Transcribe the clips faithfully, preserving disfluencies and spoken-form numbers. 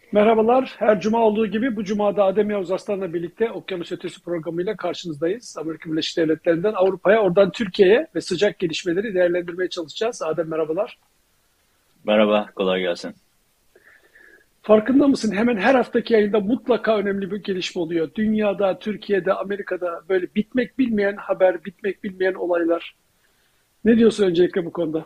Merhabalar. Her cuma olduğu gibi bu cumada Adem Yavuz Arslan'la birlikte Okyanus Ötesi programıyla karşınızdayız. Amerika Birleşik Devletleri'nden Avrupa'ya, oradan Türkiye'ye ve sıcak gelişmeleri değerlendirmeye çalışacağız. Adem merhabalar. Merhaba, kolay gelsin. Farkında mısın? Hemen her haftaki yayında mutlaka önemli bir gelişme oluyor. Dünyada, Türkiye'de, Amerika'da böyle bitmek bilmeyen haber, bitmek bilmeyen olaylar. Ne diyorsun öncelikle bu konuda?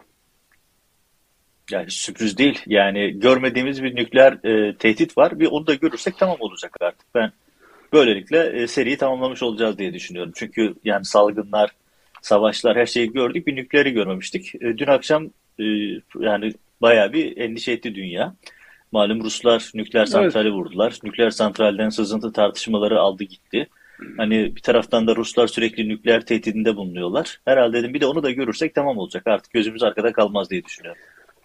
Yani hiç sürpriz değil. Yani görmediğimiz bir nükleer e, tehdit var. Bir onu da görürsek tamam olacak artık. Ben böylelikle e, seriyi tamamlamış olacağız diye düşünüyorum. Çünkü yani salgınlar, savaşlar her şeyi gördük. Bir nükleeri görmemiştik. E, dün akşam e, yani bayağı bir endişe etti dünya. Malum Ruslar nükleer Evet. santrali vurdular. Nükleer santralden sızıntı tartışmaları aldı gitti. Hani bir taraftan da Ruslar sürekli nükleer tehdidinde bulunuyorlar. Herhalde dedim bir de onu da görürsek tamam olacak. Artık gözümüz arkada kalmaz diye düşünüyorum.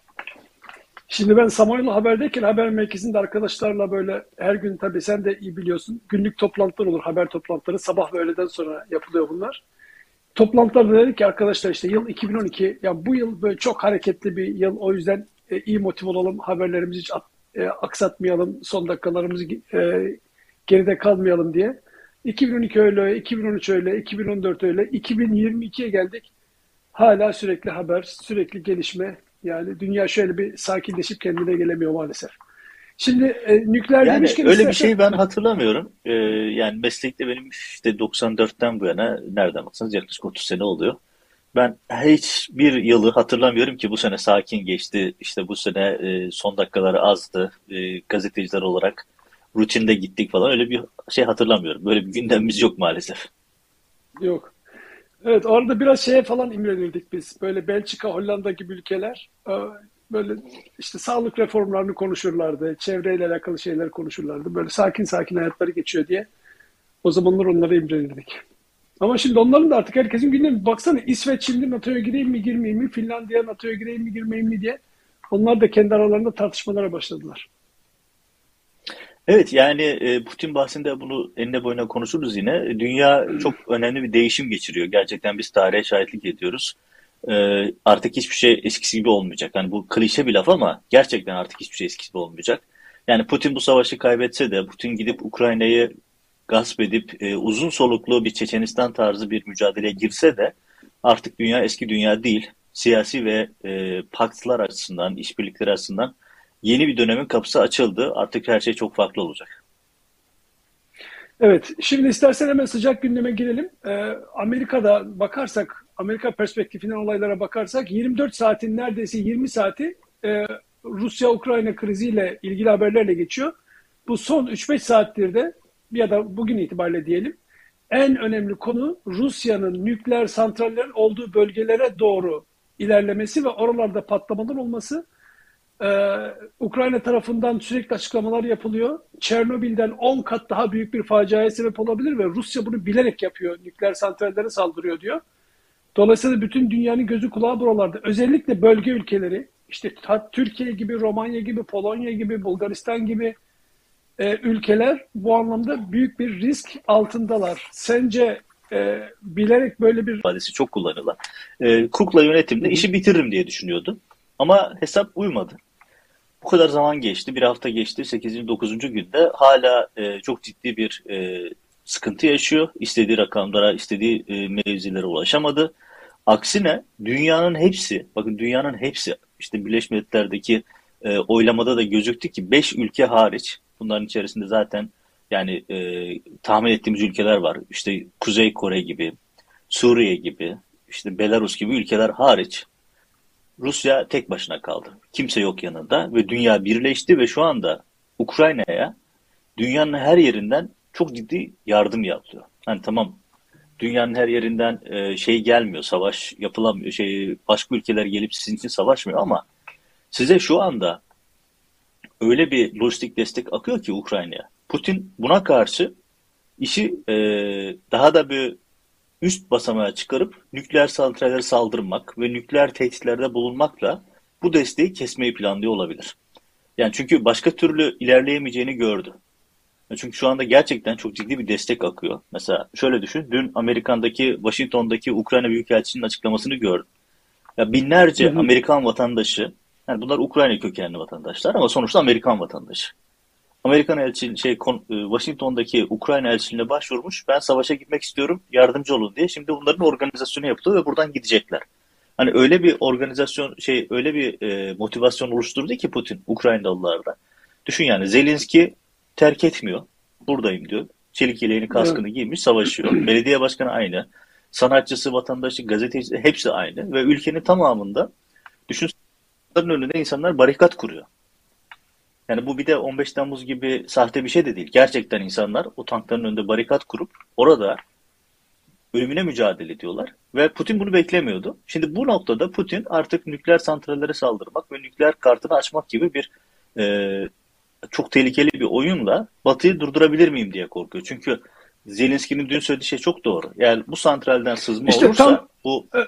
Şimdi ben Samanyolu Haber'deyken haber merkezinde arkadaşlarla böyle her gün tabii sen de iyi biliyorsun. Günlük toplantılar olur, haber toplantıları. Sabah ve öğleden sonra yapılıyor bunlar. Toplantılarda dedik ki arkadaşlar işte yıl iki bin on iki, ya bu yıl böyle çok hareketli bir yıl, o yüzden e, iyi motive olalım, haberlerimizi hiç at- e, aksatmayalım, son dakikalarımızı e, geride kalmayalım diye. iki bin on iki öyle, iki bin on üç öyle, iki bin on dört öyle, iki bin yirmi ikiye geldik. Hala sürekli haber, sürekli gelişme. Yani dünya şöyle bir sakinleşip kendine gelemiyor maalesef. Şimdi e, nükleer Yani demişken öyle bir istersen şey ben hatırlamıyorum. Ee, yani meslekte benim işte doksan dörtten bu yana nereden baksanız yaklaşık otuz sene oluyor. Ben hiçbir yılı hatırlamıyorum ki bu sene sakin geçti. İşte bu sene e, son dakikaları azdı. E, gazeteciler olarak rutinde gittik falan. Öyle bir şey hatırlamıyorum. Böyle bir gündemimiz yok maalesef. yok. Evet, orada biraz şeye falan imrenirdik biz. Böyle Belçika, Hollanda gibi ülkeler e, böyle işte sağlık reformlarını konuşurlardı. Çevreyle alakalı şeyler konuşurlardı. Böyle sakin sakin hayatları geçiyor diye. O zamanlar onlara imrenirdik. Ama şimdi onların da artık herkesin gündemi. Baksana İsveç şimdi NATO'ya gireyim mi girmeyeyim mi? Finlandiya NATO'ya gireyim mi girmeyeyim mi diye. Onlar da kendi aralarında tartışmalara başladılar. Evet yani e, Putin bahsinde bunu enine boyuna konuşuruz yine. Dünya çok önemli bir değişim geçiriyor. Gerçekten biz tarihe şahitlik ediyoruz. E, artık hiçbir şey eskisi gibi olmayacak. Yani bu klişe bir laf ama gerçekten artık hiçbir şey eskisi gibi olmayacak. Yani Putin bu savaşı kaybetse de, Putin gidip Ukrayna'yı gasp edip e, uzun soluklu bir Çeçenistan tarzı bir mücadeleye girse de artık dünya eski dünya değil. Siyasi ve e, paktlar açısından, işbirlikleri açısından yeni bir dönemin kapısı açıldı. Artık her şey çok farklı olacak. Evet, şimdi istersen hemen sıcak gündeme girelim. Ee, Amerika'da bakarsak, Amerika perspektifinden olaylara bakarsak yirmi dört saatin neredeyse yirmi saati e, Rusya-Ukrayna kriziyle ilgili haberlerle geçiyor. Bu son üç beş saattir de ya da bugün itibariyle diyelim en önemli konu Rusya'nın nükleer santrallerin olduğu bölgelere doğru ilerlemesi ve oralarda patlamalar olması. Ee, Ukrayna tarafından sürekli açıklamalar yapılıyor. Çernobil'den on kat daha büyük bir faciaya sebep olabilir ve Rusya bunu bilerek yapıyor. Nükleer santrallere saldırıyor diyor. Dolayısıyla bütün dünyanın gözü kulağı buralarda. Özellikle bölge ülkeleri, işte Türkiye gibi, Romanya gibi, Polonya gibi, Bulgaristan gibi e, ülkeler bu anlamda büyük bir risk altındalar. Sence e, bilerek böyle bir... İfadesi çok kullanılan. E, kukla Hı yönetimde hı. işi bitiririm diye düşünüyordu. Ama hesap uymadı. Bu kadar zaman geçti. Bir hafta geçti. sekizinci dokuzuncu günde hala e, çok ciddi bir e, sıkıntı yaşıyor. İstediği rakamlara, istediği e, mevzilere ulaşamadı. Aksine dünyanın hepsi, bakın dünyanın hepsi işte Birleşmiş Milletler'deki e, oylamada da gözüktü ki beş ülke hariç, bunların içerisinde zaten yani e, tahmin ettiğimiz ülkeler var. İşte Kuzey Kore gibi, Suriye gibi, işte Belarus gibi ülkeler hariç Rusya tek başına kaldı. Kimse yok yanında ve dünya birleşti ve şu anda Ukrayna'ya dünyanın her yerinden çok ciddi yardım yapılıyor. Hani tamam, dünyanın her yerinden e, şey gelmiyor, savaş yapılamıyor, şey başka ülkeler gelip sizin için savaşmıyor ama size şu anda öyle bir lojistik destek akıyor ki Ukrayna'ya. Putin buna karşı işi e, daha da bir üst basamağa çıkarıp nükleer santrallere saldırmak ve nükleer tehditlerde bulunmakla bu desteği kesmeyi planlıyor olabilir. Yani çünkü başka türlü ilerleyemeyeceğini gördü. Çünkü şu anda gerçekten çok ciddi bir destek akıyor. Mesela şöyle düşün, dün Amerika'daki, Washington'daki Ukrayna Büyükelçisi'nin açıklamasını gördüm. Ya Hı binlerce hı. Amerikan vatandaşı, yani bunlar Ukrayna kökenli vatandaşlar ama sonuçta Amerikan vatandaşı. Amerikan elçiliği şey kon- e, Washington'daki Ukrayna elçiliğine başvurmuş. Ben savaşa gitmek istiyorum, yardımcı olun diye. Şimdi bunların organizasyonu yapılıyor ve buradan gidecekler. Hani öyle bir organizasyon şey öyle bir e, motivasyon oluşturdu ki Putin Ukraynalılarda. Düşün yani Zelenski terk etmiyor. Buradayım diyor. Çelik yeleğini Evet. kaskını giymiş savaşıyor. Belediye başkanı aynı. Sanatçısı, vatandaşı, gazetecisi hepsi aynı. Ve ülkenin tamamında düşün önünde insanlar barikat kuruyor. Yani bu bir de on beş Temmuz gibi sahte bir şey de değil. Gerçekten insanlar o tankların önünde barikat kurup orada ölümüne mücadele ediyorlar. Ve Putin bunu beklemiyordu. Şimdi bu noktada Putin artık nükleer santrallere saldırmak ve nükleer kartını açmak gibi bir e, çok tehlikeli bir oyunla Batı'yı durdurabilir miyim diye korkuyor. Çünkü Zelenski'nin dün söylediği şey çok doğru. Yani bu santralden sızma İşte olursa tam bu e,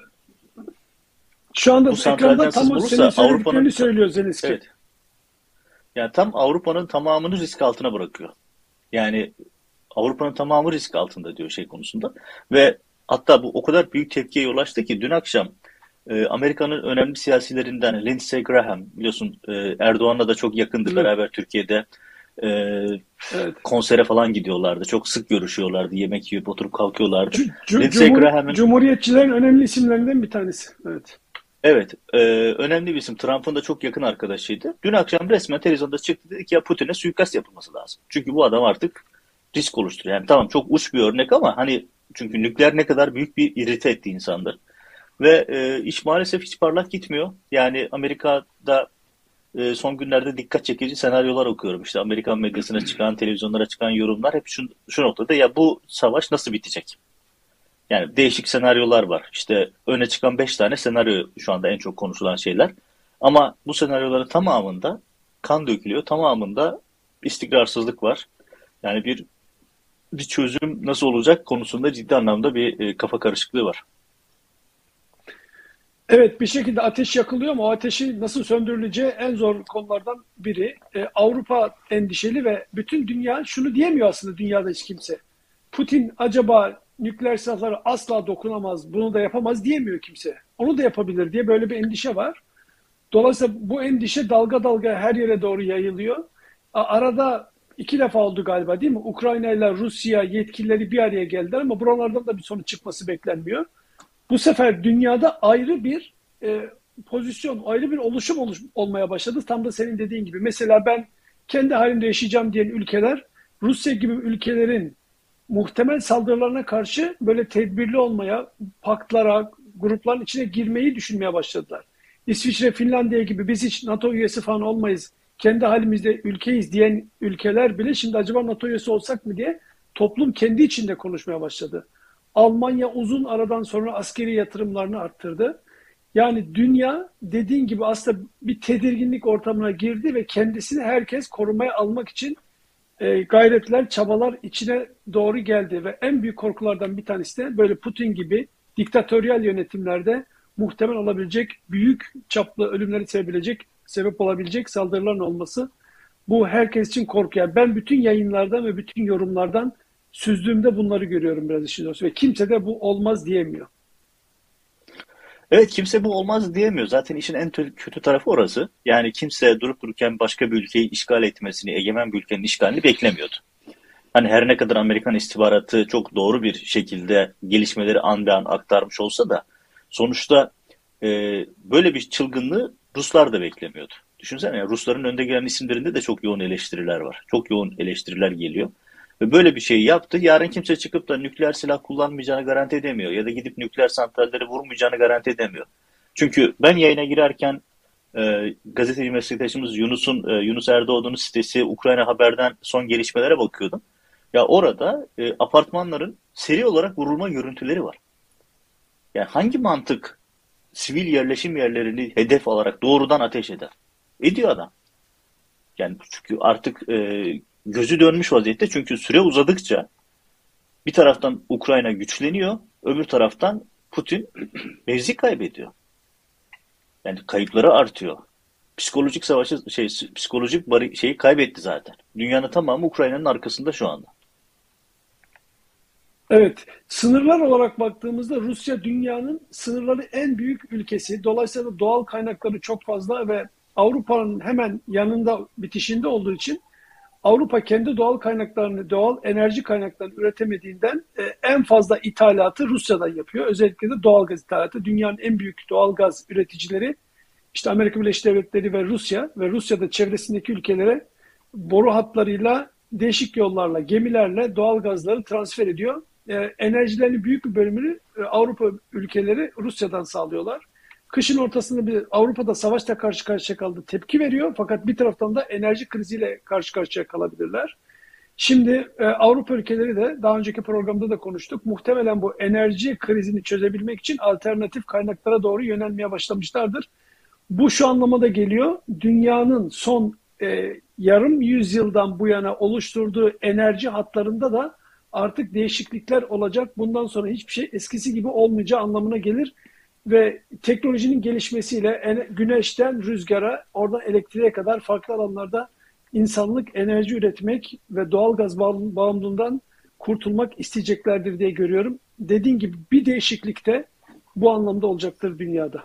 şu bu anda santralden ekranda tam o sızma senin olursa Avrupa'nın söylediklerini söylüyor Zelenski. evet yani tam Avrupa'nın tamamını risk altına bırakıyor. Yani Avrupa'nın tamamı risk altında diyor şey konusunda. Ve hatta bu o kadar büyük tepkiye yol açtı ki dün akşam e, Amerika'nın önemli siyasilerinden Lindsey Graham biliyorsun e, Erdoğan'la da çok yakındı Evet. beraber Türkiye'de e, Evet. konsere falan gidiyorlardı. Çok sık görüşüyorlardı. Yemek yiyip oturup kalkıyorlardı. Cu- cu- Lindsey Cumhur, Graham'ın Cumhuriyetçilerin önemli isimlerinden bir tanesi. Evet. evet e, önemli bir isim. Trump'ın da çok yakın arkadaşıydı. Dün akşam resmen televizyonda çıktı dedi ki ya Putin'e suikast yapılması lazım. Çünkü bu adam artık risk oluşturuyor. Yani tamam çok uç bir örnek ama hani çünkü nükleer ne kadar büyük bir irite etti insanları. Ve e, iş maalesef hiç parlak gitmiyor. Yani Amerika'da e, son günlerde dikkat çekici senaryolar okuyorum. İşte Amerikan medyasına çıkan, televizyonlara çıkan yorumlar hep şu, şu noktada ya bu savaş nasıl bitecek? Yani değişik senaryolar var. İşte öne çıkan beş tane senaryo şu anda en çok konuşulan şeyler. Ama bu senaryoların tamamında kan dökülüyor. Tamamında istikrarsızlık var. Yani bir bir çözüm nasıl olacak konusunda ciddi anlamda bir e, kafa karışıklığı var. Evet, bir şekilde ateş yakılıyor ama o ateşi nasıl söndürüleceği en zor konulardan biri. Ee, Avrupa endişeli ve bütün dünya şunu diyemiyor aslında dünyada hiç kimse. Putin acaba nükleer silahlara asla dokunamaz, bunu da yapamaz diyemiyor kimse. Onu da yapabilir diye böyle bir endişe var. Dolayısıyla bu endişe dalga dalga her yere doğru yayılıyor. Arada iki defa oldu galiba değil mi? Ukrayna ile Rusya yetkilileri bir araya geldiler ama buralardan da bir sonuç çıkması beklenmiyor. Bu sefer dünyada ayrı bir e, pozisyon, ayrı bir oluşum oluş, olmaya başladı. Tam da senin dediğin gibi. Mesela ben kendi halimde yaşayacağım diyen ülkeler, Rusya gibi ülkelerin muhtemel saldırılarına karşı böyle tedbirli olmaya, paktlara, grupların içine girmeyi düşünmeye başladılar. İsviçre, Finlandiya gibi biz hiç NATO üyesi falan olmayız, kendi halimizde ülkeyiz diyen ülkeler bile şimdi acaba NATO üyesi olsak mı diye toplum kendi içinde konuşmaya başladı. Almanya uzun aradan sonra askeri yatırımlarını arttırdı. Yani dünya dediğin gibi aslında bir tedirginlik ortamına girdi ve kendisini herkes korumaya almak için e, gayretler, çabalar içine doğru geldi ve en büyük korkulardan bir tanesi de böyle Putin gibi diktatöryal yönetimlerde muhtemel olabilecek büyük çaplı ölümleri sebebilecek, sebep olabilecek saldırıların olması. Bu herkes için korku. Yani ben bütün yayınlardan ve bütün yorumlardan süzdüğümde bunları görüyorum biraz işin doğrusu ve kimse de bu olmaz diyemiyor. Evet kimse bu olmaz diyemiyor. Zaten işin en kötü tarafı orası. Yani kimse durup dururken başka bir ülkeyi işgal etmesini, egemen bir ülkenin işgalini beklemiyordu. Hani her ne kadar Amerikan istihbaratı çok doğru bir şekilde gelişmeleri an be an aktarmış olsa da sonuçta e, böyle bir çılgınlığı Ruslar da beklemiyordu. Düşünsene ya, Rusların önde gelen isimlerinde de çok yoğun eleştiriler var. Çok yoğun eleştiriler geliyor. Ve böyle bir şey yaptı. Yarın kimse çıkıp da nükleer silah kullanmayacağını garanti edemiyor. Ya da gidip nükleer santralleri vurmayacağını garanti edemiyor. Çünkü ben yayına girerken e, gazeteci meslektaşımız Yunus'un e, Yunus Erdoğdu'nun sitesi Ukrayna Haber'den son gelişmelere bakıyordum. Ya orada e, apartmanların seri olarak vurulma görüntüleri var. Yani hangi mantık sivil yerleşim yerlerini hedef alarak doğrudan ateş eder? Ediyor adam. Yani çünkü artık e, gözü dönmüş vaziyette çünkü süre uzadıkça bir taraftan Ukrayna güçleniyor, öbür taraftan Putin mevzi kaybediyor. Yani kayıpları artıyor. Psikolojik savaşı şey psikolojik bari, şeyi kaybetti zaten. Dünyanın tamamı Ukrayna'nın arkasında şu anda. Evet, sınırlar olarak baktığımızda Rusya dünyanın sınırları en büyük ülkesi. Dolayısıyla doğal kaynakları çok fazla ve Avrupa'nın hemen yanında bitişinde olduğu için Avrupa kendi doğal kaynaklarını, doğal enerji kaynaklarını üretemediğinden e, en fazla ithalatı Rusya'dan yapıyor. Özellikle de doğalgaz ithalatı. Dünyanın en büyük doğalgaz üreticileri işte Amerika Birleşik Devletleri ve Rusya ve Rusya'da çevresindeki ülkelere boru hatlarıyla, değişik yollarla, gemilerle doğalgazları transfer ediyor. E, enerjilerinin büyük bir bölümünü e, Avrupa ülkeleri Rusya'dan sağlıyorlar. Kışın ortasında bir Avrupa'da savaşla karşı karşıya kaldı, tepki veriyor. Fakat bir taraftan da enerji kriziyle karşı karşıya kalabilirler. Şimdi e, Avrupa ülkeleri de daha önceki programda da konuştuk. Muhtemelen bu enerji krizini çözebilmek için alternatif kaynaklara doğru yönelmeye başlamışlardır. Bu şu anlama da geliyor. Dünyanın son e, yarım yüzyıldan bu yana oluşturduğu enerji hatlarında da artık değişiklikler olacak. Bundan sonra hiçbir şey eskisi gibi olmayacağı anlamına gelir. Ve teknolojinin gelişmesiyle güneşten rüzgara, oradan elektriğe kadar farklı alanlarda insanlık enerji üretmek ve doğalgaz bağımlılığından kurtulmak isteyeceklerdir diye görüyorum. Dediğim gibi bir değişiklik de bu anlamda olacaktır dünyada.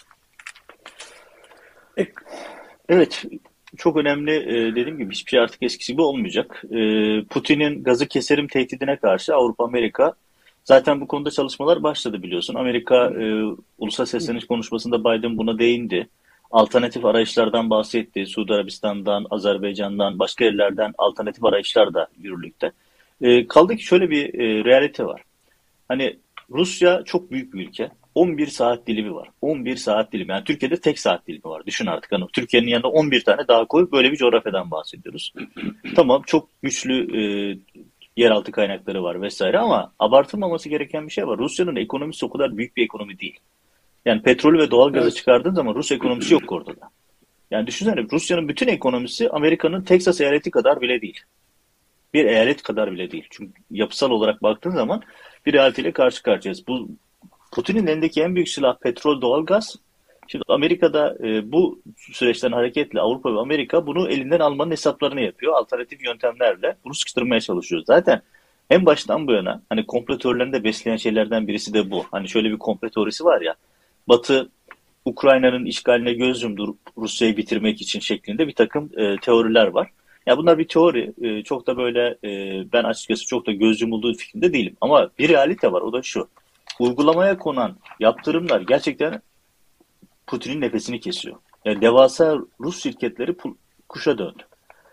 Ek... Evet, çok önemli. Dediğim gibi hiçbir şey artık eskisi gibi olmayacak. Putin'in gazı keserim tehdidine karşı Avrupa, Amerika zaten bu konuda çalışmalar başladı biliyorsun. Amerika e, ulusal sesleniş konuşmasında Biden buna değindi. Alternatif arayışlardan bahsetti. Suudi Arabistan'dan, Azerbaycan'dan, başka yerlerden alternatif arayışlar da yürürlükte. E, kaldı ki şöyle bir e, realite var. Hani Rusya çok büyük bir ülke. on bir saat dilimi var. on bir saat dilimi. Yani Türkiye'de tek saat dilimi var. Düşün artık. Hani Türkiye'nin yanında on bir tane daha koyup böyle bir coğrafyadan bahsediyoruz. Tamam, çok güçlü e, yeraltı kaynakları var vesaire ama abartılmaması gereken bir şey var. Rusya'nın ekonomisi o kadar büyük bir ekonomi değil. Yani petrolü ve doğalgazı Evet. çıkardığın zaman Rus ekonomisi yok ortada. Yani düşünsene, Rusya'nın bütün ekonomisi Amerika'nın Texas eyaleti kadar bile değil. Bir eyalet kadar bile değil. Çünkü yapısal olarak baktığın zaman bir eyaletiyle karşı karşıyayız. Bu Putin'in elindeki en büyük silah petrol, doğalgaz. Şimdi Amerika'da e, bu süreçten hareketle Avrupa ve Amerika bunu elinden almanın hesaplarını yapıyor. Alternatif yöntemlerle bunu sıkıştırmaya çalışıyor. Zaten en baştan bu yana hani komplo teorilerini de besleyen şeylerden birisi de bu. Hani şöyle bir komplo teorisi var ya. Batı Ukrayna'nın işgaline göz yumdu Rusya'yı bitirmek için şeklinde bir takım e, teoriler var. Ya bunlar bir teori. E, çok da böyle e, ben açıkçası çok da göz yumulduğu fikrinde değilim. Ama bir realite var, o da şu. Uygulamaya konan yaptırımlar gerçekten Putin'in nefesini kesiyor. Yani devasa Rus şirketleri kuşa döndü.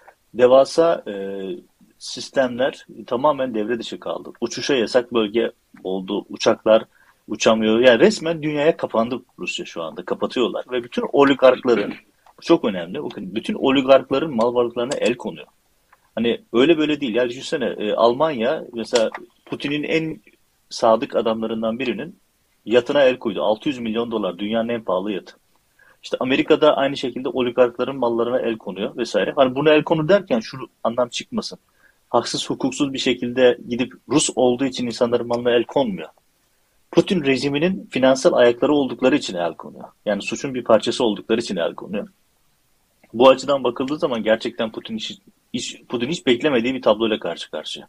Devasa e, sistemler tamamen devre dışı kaldı. Uçuşa yasak bölge oldu. Uçaklar uçamıyor. Yani resmen dünyaya kapandı Rusya şu anda. Kapatıyorlar. Ve bütün oligarkların, çok önemli, bakın, bütün oligarkların mal varlıklarına el konuyor. Hani öyle böyle değil. Yani düşünsene e, Almanya mesela Putin'in en sadık adamlarından birinin yatına el koydu. altı yüz milyon dolar dünyanın en pahalı yatı. İşte Amerika'da aynı şekilde oligarkların mallarına el konuyor vesaire. Hani bunu el konu derken şu anlam çıkmasın. Haksız, hukuksuz bir şekilde gidip Rus olduğu için insanların malına el konmuyor. Putin rejiminin finansal ayakları oldukları için el konuyor. Yani suçun bir parçası oldukları için el konuyor. Bu açıdan bakıldığı zaman gerçekten Putin hiç, hiç, Putin hiç beklemediği bir tabloyla karşı karşıya.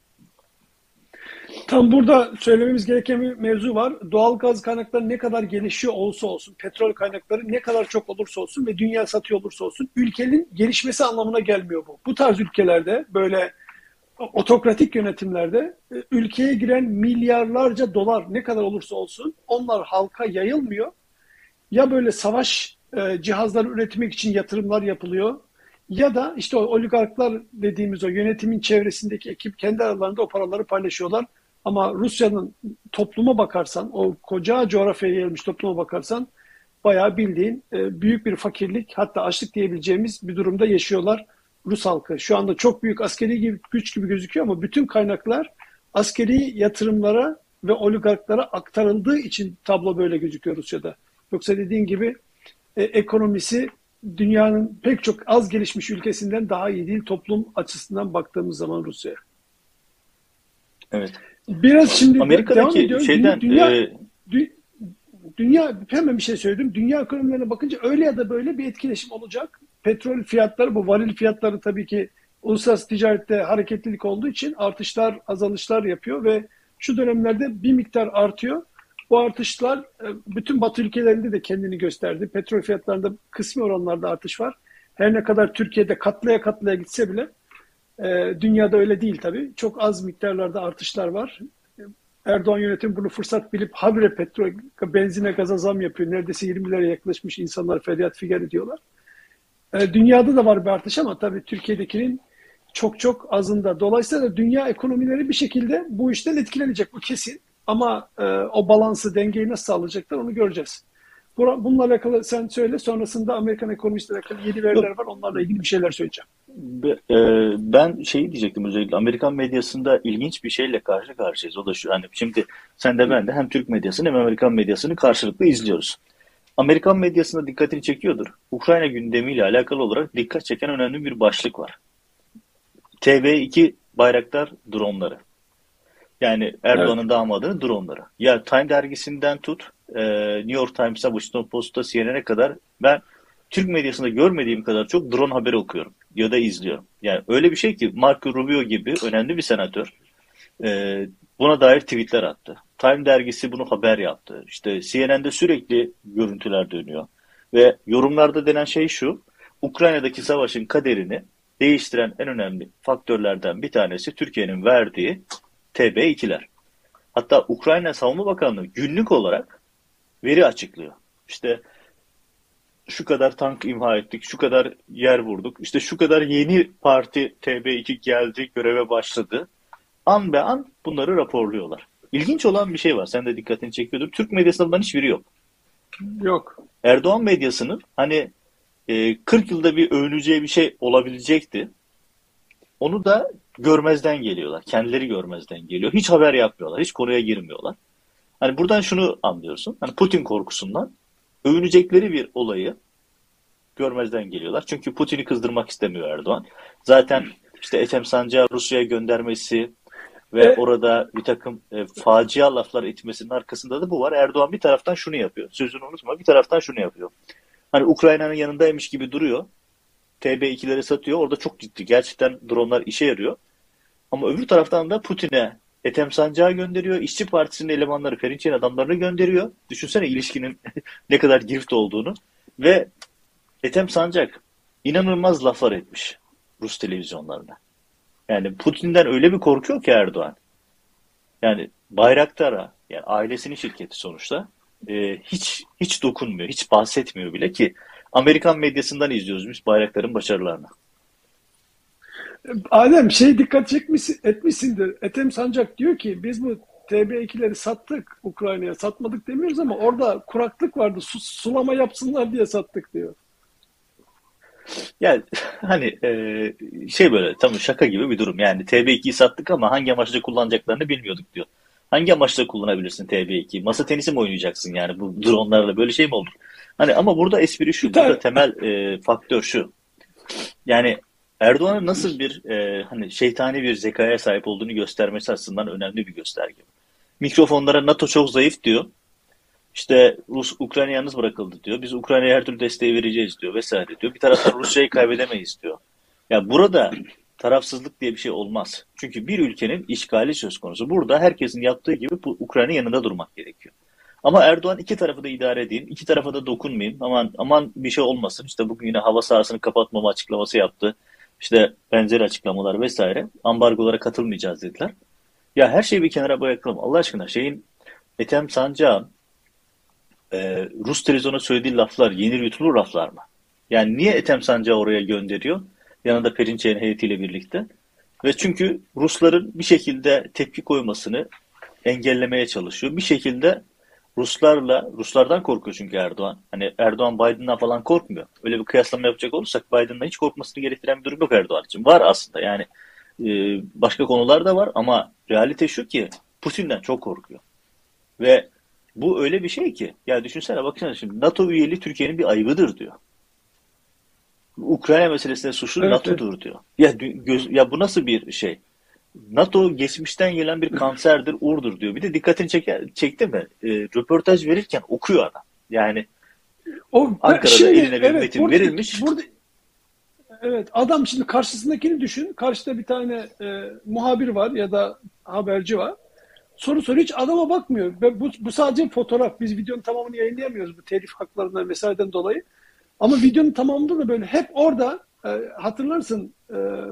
Tam burada söylememiz gereken bir mevzu var. Doğal gaz kaynakları ne kadar gelişiyor olsa olsun, petrol kaynakları ne kadar çok olursa olsun ve dünya satıyor olursa olsun, ülkenin gelişmesi anlamına gelmiyor bu. Bu tarz ülkelerde, böyle otokratik yönetimlerde ülkeye giren milyarlarca dolar ne kadar olursa olsun onlar halka yayılmıyor. Ya böyle savaş e, cihazları üretmek için yatırımlar yapılıyor ya da işte o oligarklar dediğimiz o yönetimin çevresindeki ekip kendi aralarında o paraları paylaşıyorlar. Ama Rusya'nın topluma bakarsan, o koca coğrafyaya yayılmış topluma bakarsan bayağı bildiğin e, büyük bir fakirlik, hatta açlık diyebileceğimiz bir durumda yaşıyorlar Rus halkı. Şu anda çok büyük askeri gibi, güç gibi gözüküyor ama bütün kaynaklar askeri yatırımlara ve oligarklara aktarıldığı için tablo böyle gözüküyor Rusya'da. Yoksa dediğin gibi e, ekonomisi dünyanın pek çok az gelişmiş ülkesinden daha iyi değil toplum açısından baktığımız zaman Rusya'ya. Evet. Biraz şimdi Amerika'daki devam ediyorum. şeyden Dünya, e... dü, dünya hemen bir şey söyledim. Dünya ekonomilerine bakınca öyle ya da böyle bir etkileşim olacak. Petrol fiyatları, bu varil fiyatları tabii ki uluslararası ticarette hareketlilik olduğu için artışlar, azalışlar yapıyor ve şu dönemlerde bir miktar artıyor. Bu artışlar bütün Batı ülkelerinde de kendini gösterdi. Petrol fiyatlarında kısmi oranlarda artış var. Her ne kadar Türkiye'de katlaya katlaya gitse bile E, dünyada öyle değil tabii. Çok az miktarlarda artışlar var. Erdoğan yönetimi bunu fırsat bilip habire petrol, benzine, gaza zam yapıyor. Neredeyse yirmi liraya yaklaşmış, insanlar feryat figan ediyorlar. E, dünyada da var bir artış ama tabii Türkiye'dekinin çok çok azında. Dolayısıyla da dünya ekonomileri bir şekilde bu işten etkilenecek, bu kesin. Ama e, o balansı, dengeyi nasıl sağlayacaklar onu göreceğiz. Bununla alakalı sen söyle, sonrasında Amerikan ekonomisiyle alakalı yeni veriler Yok. var, onlarla ilgili bir şeyler söyleyeceğim. Be- e, Ben şeyi diyecektim, özellikle Amerikan medyasında ilginç bir şeyle karşı karşıyayız. O da şu, hani şimdi sen de ben de hem Türk medyasını hem Amerikan medyasını karşılıklı izliyoruz. Amerikan medyasında dikkatini çekiyordur. Ukrayna gündemiyle alakalı olarak dikkat çeken önemli bir başlık var. T B iki Bayraktar dronları. Yani Evet. Erdoğan'ın damadının dronları. Ya Time dergisinden tut, e, New York Times'a, Washington Post'a, C N N'e kadar ben Türk medyasında görmediğim kadar çok drone haberi okuyorum ya da izliyorum. Yani öyle bir şey ki Marco Rubio gibi önemli bir senatör e, buna dair tweetler attı. Time dergisi bunu haber yaptı. İşte C N N'de sürekli görüntüler dönüyor. Ve yorumlarda denen şey şu: Ukrayna'daki savaşın kaderini değiştiren en önemli faktörlerden bir tanesi Türkiye'nin verdiği T B ikiler. Hatta Ukrayna Savunma Bakanlığı günlük olarak veri açıklıyor. İşte şu kadar tank imha ettik, şu kadar yer vurduk, işte şu kadar yeni parti T B iki geldi, göreve başladı. An be an bunları raporluyorlar. İlginç olan bir şey var, sen de dikkatini çekiyordur. Türk medyasında bundan hiçbiri yok. Yok. Erdoğan medyasının hani e, kırk yılda bir övüneceği bir şey olabilecekti. Onu da görmezden geliyorlar. Kendileri görmezden geliyor. Hiç haber yapmıyorlar. Hiç konuya girmiyorlar. Hani buradan şunu anlıyorsun. Hani Putin korkusundan övünecekleri bir olayı görmezden geliyorlar. Çünkü Putin'i kızdırmak istemiyor Erdoğan. Zaten işte Ethem Sancar'ı Rusya'ya göndermesi ve E, orada bir takım e, facia laflar etmesinin arkasında da bu var. Erdoğan bir taraftan şunu yapıyor. Sözünü unutma. Bir taraftan şunu yapıyor. Hani Ukrayna'nın yanındaymış gibi duruyor. T B ikileri satıyor. Orada çok ciddi. Gerçekten dronlar işe yarıyor. Ama öbür taraftan da Putin'e Ethem Sancak'ı gönderiyor. İşçi Partisi'nin elemanları, Perinçek'in adamlarını gönderiyor. Düşünsene ilişkinin ne kadar girift olduğunu. Ve Ethem Sancak inanılmaz laflar etmiş Rus televizyonlarına. Yani Putin'den öyle bir korkuyor ki Erdoğan. Yani Bayraktar'a, yani ailesinin şirketi sonuçta, e, hiç hiç dokunmuyor, hiç bahsetmiyor bile ki Amerikan medyasından izliyoruz biz Bayraktar'ın başarılarını. Adem, şey dikkat çekmiş, etmişsindir. Ethem Sancak diyor ki biz bu T B ikileri sattık Ukrayna'ya. Satmadık demiyoruz ama orada kuraklık vardı. Su, sulama yapsınlar diye sattık diyor. Yani hani e, şey böyle tam şaka gibi bir durum. Yani T B ikiyi sattık ama hangi amaçla kullanacaklarını bilmiyorduk diyor. Hangi amaçla kullanabilirsin T B ikiyi? Masa tenisi mi oynayacaksın yani bu dronlarla, böyle şey mi olur? Hani ama burada espri Bir şu, burada tane temel e, faktör şu. Yani Erdoğan'ın nasıl bir e, hani şeytani bir zekaya sahip olduğunu göstermesi açısından önemli bir gösterge. Mikrofonlara NATO çok zayıf diyor. İşte Rus Ukrayna yalnız bırakıldı diyor. Biz Ukrayna'ya her türlü desteği vereceğiz diyor vesaire diyor. Bir taraftan Rusya'yı kaybedemeyiz diyor. Ya burada tarafsızlık diye bir şey olmaz. Çünkü bir ülkenin işgali söz konusu. Burada herkesin yaptığı gibi bu Ukrayna'nın yanında durmak gerekiyor. Ama Erdoğan iki tarafı da idare edeyim, iki tarafa da dokunmayayım. Aman aman bir şey olmasın. İşte bugün yine hava sahasını kapatmama açıklaması yaptı. İşte benzer açıklamalar vesaire. Ambargolara katılmayacağız dediler. Ya her şeyi bir kenara bırakalım. Allah aşkına şeyin Ethem Sancak'ın e, Rus televizyona söylediği laflar yenir yutulur laflar mı? Yani niye Ethem Sancak'ı oraya gönderiyor? Yanında Perinçek'in heyetiyle birlikte. Ve çünkü Rusların bir şekilde tepki koymasını engellemeye çalışıyor. Bir şekilde Ruslarla, Ruslardan korkuyor çünkü Erdoğan. Hani Erdoğan Biden'dan falan korkmuyor. Öyle bir kıyaslama yapacak olursak Biden'dan hiç korkmasını gerektiren bir durum yok Erdoğan için. Var aslında yani e, başka konular da var ama realite şu ki Putin'den çok korkuyor. Ve bu öyle bir şey ki, ya düşünsene, baksana şimdi NATO üyeliği Türkiye'nin bir ayıbıdır diyor. Ukrayna meselesinde suçlu evet, evet. NATO'dur diyor. Ya, göz, ya bu nasıl bir şey? NATO geçmişten gelen bir kanserdir, urdur diyor. Bir de dikkatini çeker, çekti mi? E, röportaj verirken okuyor adam. Yani O Ankara'da şimdi eline bir evet metin burada verilmiş. burada evet, adam şimdi karşısındakini düşün. Karşıda bir tane e, muhabir var ya da haberci var. Soru soru hiç adama bakmıyor. Ve bu, bu sadece fotoğraf. Biz videonun tamamını yayınlayamıyoruz bu telif haklarından vesaireden dolayı. Ama videonun tamamında da böyle hep orada e, hatırlarsın, e,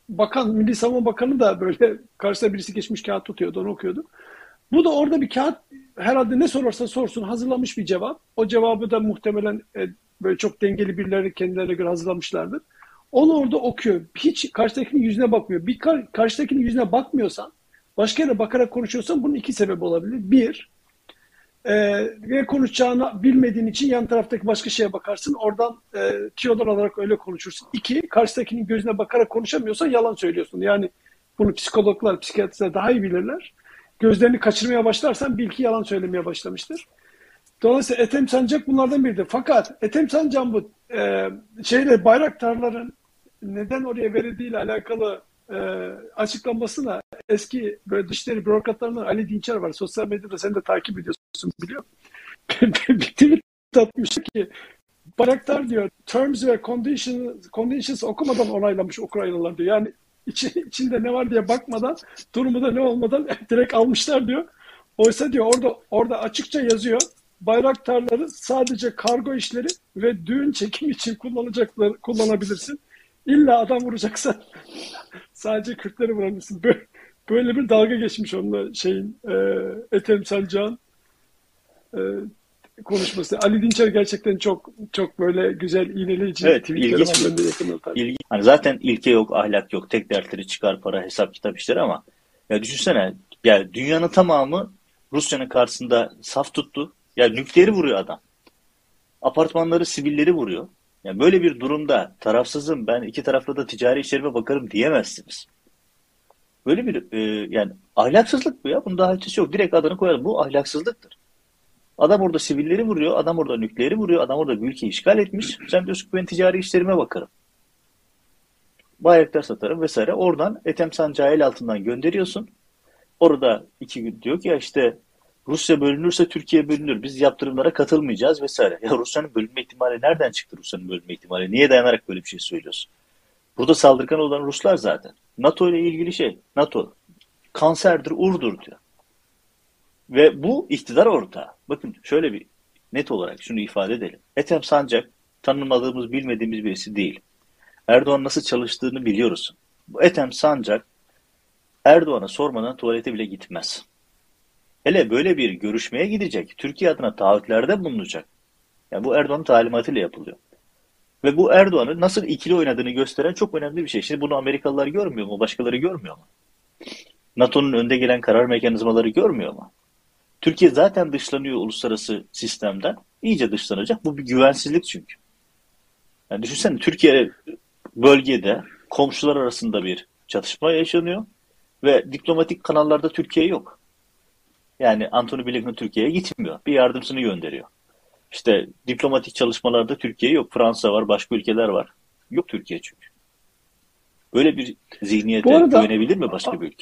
bakan, Milli Savunma Bakanı da böyle karşısına birisi geçmiş kağıt tutuyordu, onu okuyordu. Bu da orada bir kağıt, herhalde ne sorarsa sorsun hazırlamış bir cevap. O cevabı da muhtemelen e, böyle çok dengeli birileri kendilerine göre hazırlamışlardır. Onu orada okuyor. Hiç karşıdakinin yüzüne bakmıyor. Bir kar, karşıdakinin yüzüne bakmıyorsan, başka yere bakarak konuşuyorsan bunun iki sebebi olabilir. Bir, e, ne konuşacağını bilmediğin için yan taraftaki başka şeye bakarsın. Oradan e, tüyolar alarak öyle konuşursun. İki, karşıdakinin gözüne bakarak konuşamıyorsan yalan söylüyorsun. Yani bunu psikologlar, psikiyatristler daha iyi bilirler. Gözlerini kaçırmaya başlarsan bil ki yalan söylemeye başlamıştır. Dolayısıyla Ethem Sancak bunlardan biridir. Fakat Ethem Sancak'ın bu e, şeyle Bayraktarların neden oraya verildiğiyle alakalı e, açıklamasına eski böyle dışişleri bürokratlarından Ali Dinçer var. Sosyal medyada sen de takip ediyorsun, biliyor. Bir tweet atmış ki Bayraktar diyor terms ve conditions, conditions okumadan onaylamış Ukraynalılar diyor. Yani içi, içinde ne var diye bakmadan, durumda ne olmadan direkt almışlar diyor. Oysa diyor orada orada açıkça yazıyor. Bayraktarları sadece kargo işleri ve düğün çekim için kullanacakları kullanabilirsin. İlla adam vuracaksan sadece Kürtleri vurabilirsin. Böyle, böyle bir dalga geçmiş onunla şeyin e, Ethem Sancak'ın e, konuşması. Ali Dinçer gerçekten çok çok böyle güzel, iğneleyici Evet, tweetleri ilginç var. bir Ben de yakından takip. ilgi. Hani zaten ilke yok, ahlak yok. Tek dertleri çıkar para, hesap kitap işleri ama ya düşünsene, ya dünyanın tamamı Rusya'nın karşısında saf tuttu. Ya nükleeri vuruyor adam. Apartmanları, sivilleri vuruyor. Yani böyle bir durumda tarafsızım, ben iki tarafta da ticari işlerime bakarım diyemezsiniz. Böyle bir e, yani ahlaksızlık bu ya. Bunun daha ötesi yok. Direkt adını koyalım. Bu ahlaksızlıktır. Adam orada sivilleri vuruyor, adam orada nükleeri vuruyor, adam orada bir ülkeyi işgal etmiş. Sen diyorsun ki ben ticari işlerime bakarım. Bayraktar satarım vesaire. Oradan Ethem Sancak'ı el altından gönderiyorsun. Orada iki gün diyor ki ya işte Rusya bölünürse Türkiye bölünür. Biz yaptırımlara katılmayacağız vesaire. Ya Rusya'nın bölünme ihtimali nereden çıktı, Rusya'nın bölünme ihtimali? Niye dayanarak böyle bir şey söylüyorsun? Burada saldırgan olan Ruslar zaten. NATO ile ilgili şey. NATO kanserdir, urdur diyor. Ve bu iktidar ortağı. Bakın şöyle bir net olarak şunu ifade edelim. Ethem Sancak tanımadığımız, bilmediğimiz birisi değil. Erdoğan nasıl çalıştığını biliyoruz. Bu Ethem Sancak Erdoğan'a sormadan tuvalete bile gitmez. Hele böyle bir görüşmeye gidecek, Türkiye adına taahhütlerde bulunacak. Yani bu Erdoğan'ın talimatıyla yapılıyor. Ve bu Erdoğan'ın nasıl ikili oynadığını gösteren çok önemli bir şey. Şimdi bunu Amerikalılar görmüyor mu? Başkaları görmüyor mu? NATO'nun önde gelen karar mekanizmaları görmüyor mu? Türkiye zaten dışlanıyor uluslararası sistemden. İyice dışlanacak. Bu bir güvensizlik çünkü. Yani düşünsene, Türkiye bölgede komşular arasında bir çatışma yaşanıyor ve diplomatik kanallarda Türkiye yok. Yani Antony Blinken Türkiye'ye gitmiyor. Bir yardımcısını gönderiyor. İşte diplomatik çalışmalarda Türkiye yok. Fransa var, başka ülkeler var. Yok Türkiye çünkü. Böyle bir zihniyete arada, güvenebilir mi başka bir ülke?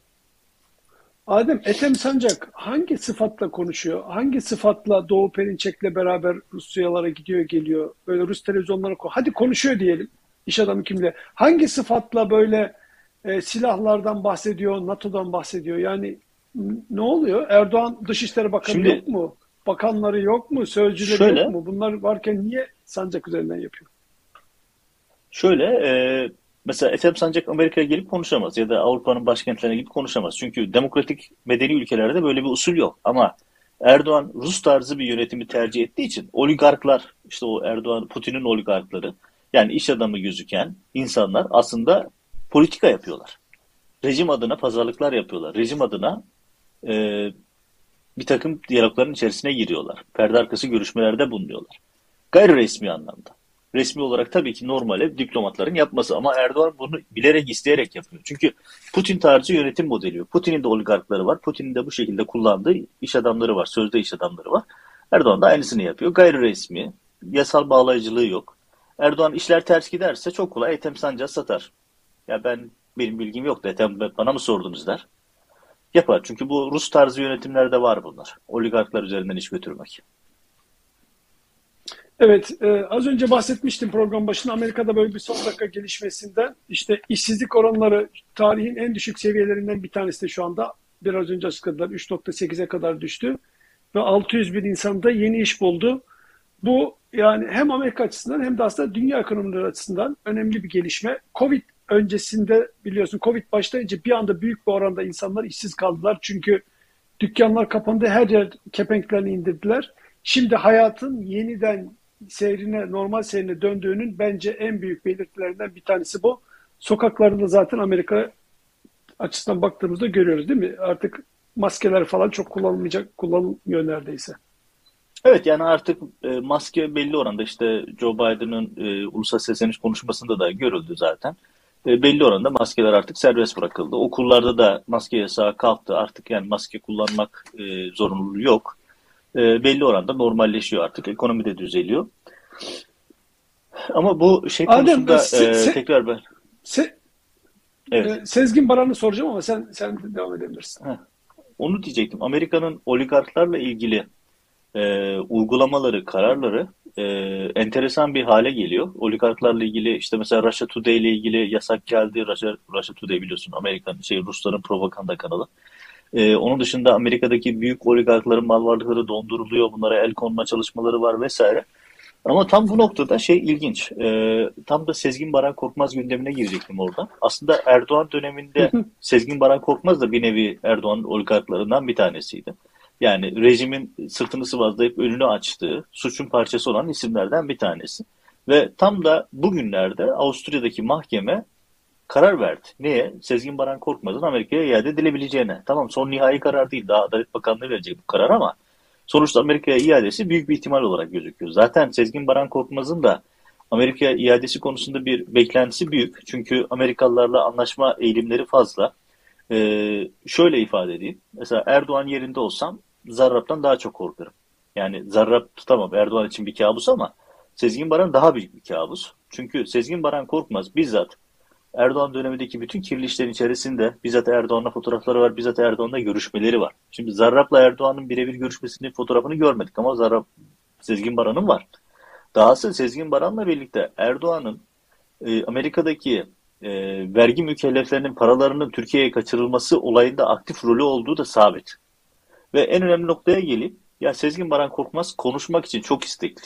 Adem, Ethem Sancak hangi sıfatla konuşuyor? Hangi sıfatla Doğu Perinçek'le beraber Rusyalara gidiyor geliyor? Böyle Rus televizyonlara ko- hadi konuşuyor diyelim. İş adamı kimle? Hangi sıfatla böyle e, silahlardan bahsediyor, NATO'dan bahsediyor? Yani n- ne oluyor? Erdoğan Dışişleri Bakanı Şimdi yok mu? Bakanları yok mu? Sözcüleri yok şöyle, mu? Bunlar varken niye Sancak üzerinden yapıyor? şöyle e, mesela Ethem Sancak Amerika'ya gelip konuşamaz ya da Avrupa'nın başkentlerine gidip konuşamaz. Çünkü demokratik medeni ülkelerde böyle bir usul yok. Ama Erdoğan Rus tarzı bir yönetimi tercih ettiği için oligarklar, işte o Erdoğan, Putin'in oligarkları, yani iş adamı gözüken insanlar aslında politika yapıyorlar. Rejim adına pazarlıklar yapıyorlar. Rejim adına e, bir takım diyalogların içerisine giriyorlar. Perde arkası görüşmelerde bulunuyorlar. Gayri resmi anlamda. Resmi olarak tabii ki normale diplomatların yapması ama Erdoğan bunu bilerek, isteyerek yapıyor. Çünkü Putin tarzı yönetim modeli. Putin'in de oligarkları var. Putin'in de bu şekilde kullandığı iş adamları var. Sözde iş adamları var. Erdoğan da aynısını yapıyor. Gayri resmi, yasal bağlayıcılığı yok. Erdoğan işler ters giderse çok kolay Ethem Sancak'ı satar. Ya ben, benim bilgim yok da Ethem bana mı sordunuz der. Yapar. Çünkü bu Rus tarzı yönetimlerde var bunlar. Oligarklar üzerinden iş götürmek. Evet, e, az önce bahsetmiştim program başında, Amerika'da böyle bir son dakika gelişmesinden. İşte işsizlik oranları tarihin en düşük seviyelerinden bir tanesi de şu anda. Biraz önce açıkladılar, üç nokta sekize kadar düştü ve altı yüz bin insan da yeni iş buldu. Bu yani hem Amerika açısından hem de aslında dünya ekonomileri açısından önemli bir gelişme. Covid öncesinde biliyorsun Covid başlayınca bir anda büyük bir oranda insanlar işsiz kaldılar. Çünkü dükkanlar kapandı, her yer kepenklerini indirdiler. Şimdi hayatın yeniden seyrine, normal seyrine döndüğünün bence en büyük belirtilerinden bir tanesi bu. Sokaklarında zaten Amerika açısından baktığımızda görüyoruz değil mi? Artık maskeler falan çok kullanılmayacak, kullanılmıyor neredeyse. Evet, yani artık e, maske belli oranda işte Joe Biden'ın e, ulusal sesleniş konuşmasında da görüldü zaten. E, belli oranda maskeler artık serbest bırakıldı. Okullarda da maske yasağı kalktı. Artık yani maske kullanmak e, zorunluluğu yok. E, belli oranda normalleşiyor artık. Ekonomi de düzeliyor. Ama bu şey Adem, konusunda se, e, se, tekrar ben se, evet. e, Sezgin Baran'ı soracağım ama sen sen devam edebilirsin. Heh, onu diyecektim. Amerika'nın oligarklarla ilgili e, uygulamaları, kararları e, enteresan bir hale geliyor. Oligarklarla ilgili işte mesela Russia Today ile ilgili yasak geldi. Russia, Russia Today biliyorsun Amerikan şey Rusların propaganda kanalı. E, onun dışında Amerika'daki büyük oligarkların mal varlıkları donduruluyor. Bunlara el konma çalışmaları var vesaire. Ama tam bu noktada şey ilginç. E, tam da Sezgin Baran Korkmaz gündemine girecektim orada. Aslında Erdoğan döneminde Sezgin Baran Korkmaz da bir nevi Erdoğan'ın oligarklarından bir tanesiydi. Yani rejimin sırtını sıvazlayıp önünü açtığı, suçun parçası olan isimlerden bir tanesi. Ve tam da bugünlerde Avusturya'daki mahkeme karar verdi. Neye? Sezgin Baran Korkmaz'ın Amerika'ya iade edilebileceğine. Tamam, son nihai karar değil. Daha Adalet Bakanlığı verecek bu karar ama sonuçta Amerika'ya iadesi büyük bir ihtimal olarak gözüküyor. Zaten Sezgin Baran Korkmaz'ın da Amerika'ya iadesi konusunda bir beklentisi büyük. Çünkü Amerikalılarla anlaşma eğilimleri fazla. Ee, şöyle ifade edeyim. Mesela Erdoğan yerinde olsam Zarrab'dan daha çok korkarım. Yani Zarrab tutamam Erdoğan için bir kabus ama Sezgin Baran daha büyük bir kabus. Çünkü Sezgin Baran Korkmaz bizzat Erdoğan dönemindeki bütün kirli işlerin içerisinde bizzat Erdoğan'la fotoğrafları var, bizzat Erdoğan'la görüşmeleri var. Şimdi Zarrab'la Erdoğan'ın birebir görüşmesinin fotoğrafını görmedik ama Zarrab Sezgin Baran'ın var. Dahası Sezgin Baran'la birlikte Erdoğan'ın e, Amerika'daki e, vergi mükelleflerinin paralarının Türkiye'ye kaçırılması olayında aktif rolü olduğu da sabit. Ve en önemli noktaya geleyim. Ya Sezgin Baran Korkmaz konuşmak için çok istekli.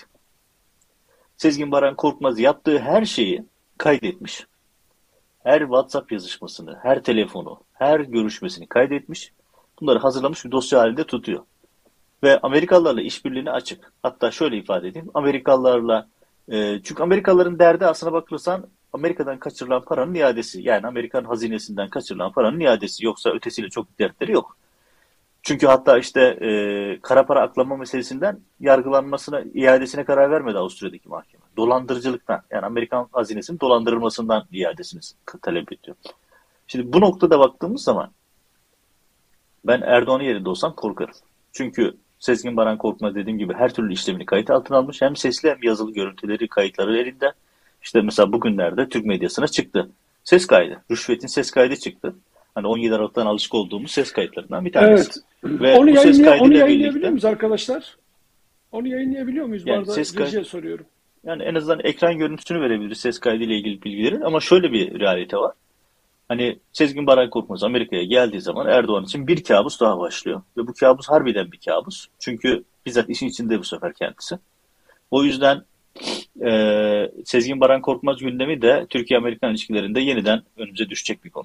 Sezgin Baran Korkmaz yaptığı her şeyi kaydetmiş. Her WhatsApp yazışmasını, her telefonu, her görüşmesini kaydetmiş. Bunları hazırlamış bir dosya halinde tutuyor. Ve Amerikalılarla işbirliğine açık. Hatta şöyle ifade edeyim. Amerikalılarla e, çünkü Amerikalıların derdi aslına bakılırsan Amerika'dan kaçırılan paranın iadesi. Yani Amerikan hazinesinden kaçırılan paranın iadesi. Yoksa ötesiyle çok dertleri yok. Çünkü hatta işte e, kara para aklama meselesinden yargılanmasına, iadesine karar vermedi Avusturya'daki mahkeme. Dolandırıcılıktan, yani Amerikan hazinesinin dolandırılmasından iadesini talep ediyor. Şimdi bu noktada baktığımız zaman ben Erdoğan'ın yerinde olsam korkarım. Çünkü Sezgin Baran Korkmaz dediğim gibi her türlü işlemini kayıt altına almış. Hem sesli hem yazılı görüntüleri, kayıtları elinde. İşte mesela bugünlerde Türk medyasına çıktı. Ses kaydı. Rüşvet'in ses kaydı çıktı. Hani on yedi Aralık'tan alışık olduğumuz ses kayıtlarından bir tanesi. Evet. Ve Onu, bu ses yayınlay onu yayınlayabiliyor birlikte, muyuz arkadaşlar? Onu yayınlayabiliyor muyuz? Bu yani arada ses kaydı, rejiye soruyorum. yani en azından ekran görüntüsünü verebiliriz ses kaydı ile ilgili bilgileri. Ama şöyle bir realite var. Hani Sezgin Baran Korkmaz Amerika'ya geldiği zaman Erdoğan için bir kabus daha başlıyor. Ve bu kabus harbiden bir kabus. Çünkü bizzat işin içinde bu sefer kendisi. O yüzden e, Sezgin Baran Korkmaz gündemi de Türkiye-Amerikan ilişkilerinde yeniden önümüze düşecek bir konu.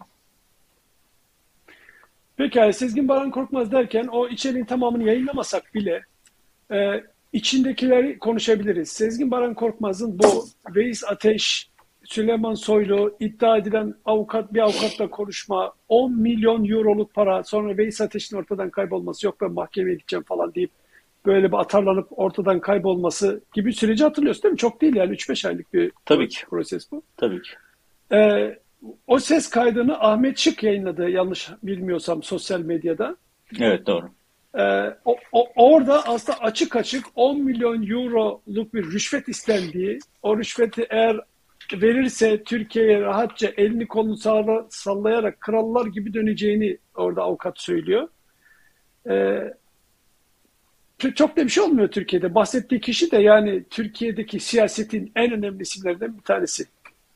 Peki Sezgin Baran Korkmaz derken o içeriğin tamamını yayınlamasak bile e, içindekileri konuşabiliriz. Sezgin Baran Korkmaz'ın bu Veys Ateş, Süleyman Soylu iddia edilen avukat bir avukatla konuşma, on milyon euroluk para, sonra Veys Ateş'in ortadan kaybolması, yok ben mahkemeye gideceğim falan deyip böyle bir atarlanıp ortadan kaybolması gibi süreci hatırlıyorsun değil mi? Çok değil yani üç beş aylık bir Tabii ki. proses bu. Tabii ki. Ee, o ses kaydını Ahmet Şık yayınladı yanlış bilmiyorsam sosyal medyada. Evet, doğru. Ee, o, o, orada aslında açık açık on milyon euroluk bir rüşvet istendiği, o rüşveti eğer verirse Türkiye'ye rahatça elini kolunu sağla, sallayarak krallar gibi döneceğini orada avukat söylüyor. Ee, çok da bir şey olmuyor Türkiye'de. Bahsettiği kişi de yani Türkiye'deki siyasetin en önemli isimlerinden bir tanesi.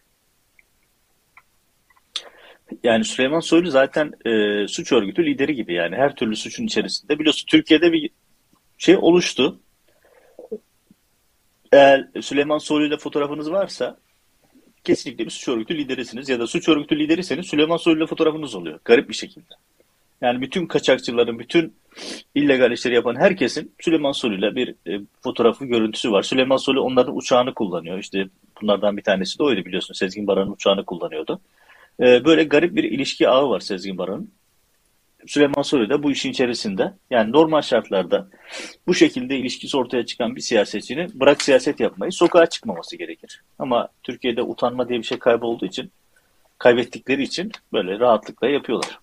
Yani Süleyman Soylu zaten e, suç örgütü lideri gibi, yani her türlü suçun içerisinde. Biliyorsun Türkiye'de bir şey oluştu. Eğer Süleyman Soylu ile fotoğrafınız varsa kesinlikle bir suç örgütü liderisiniz ya da suç örgütü lideriyseniz Süleyman Soylu'yla fotoğrafınız oluyor. Garip bir şekilde. Yani bütün kaçakçıların, bütün illegal işleri yapan herkesin Süleyman Soylu'yla bir e, fotoğrafı, görüntüsü var. Süleyman Soylu onların uçağını kullanıyor. İşte bunlardan bir tanesi de oydu biliyorsun. Sezgin Baran'ın uçağını kullanıyordu. E, böyle garip bir ilişki ağı var Sezgin Baran'ın. Süleyman Soylu da bu işin içerisinde. Yani normal şartlarda bu şekilde ilişkisi ortaya çıkan bir siyasetçinin bırak siyaset yapmayı, sokağa çıkmaması gerekir. Ama Türkiye'de utanma diye bir şey kaybolduğu için, kaybettikleri için böyle rahatlıkla yapıyorlar.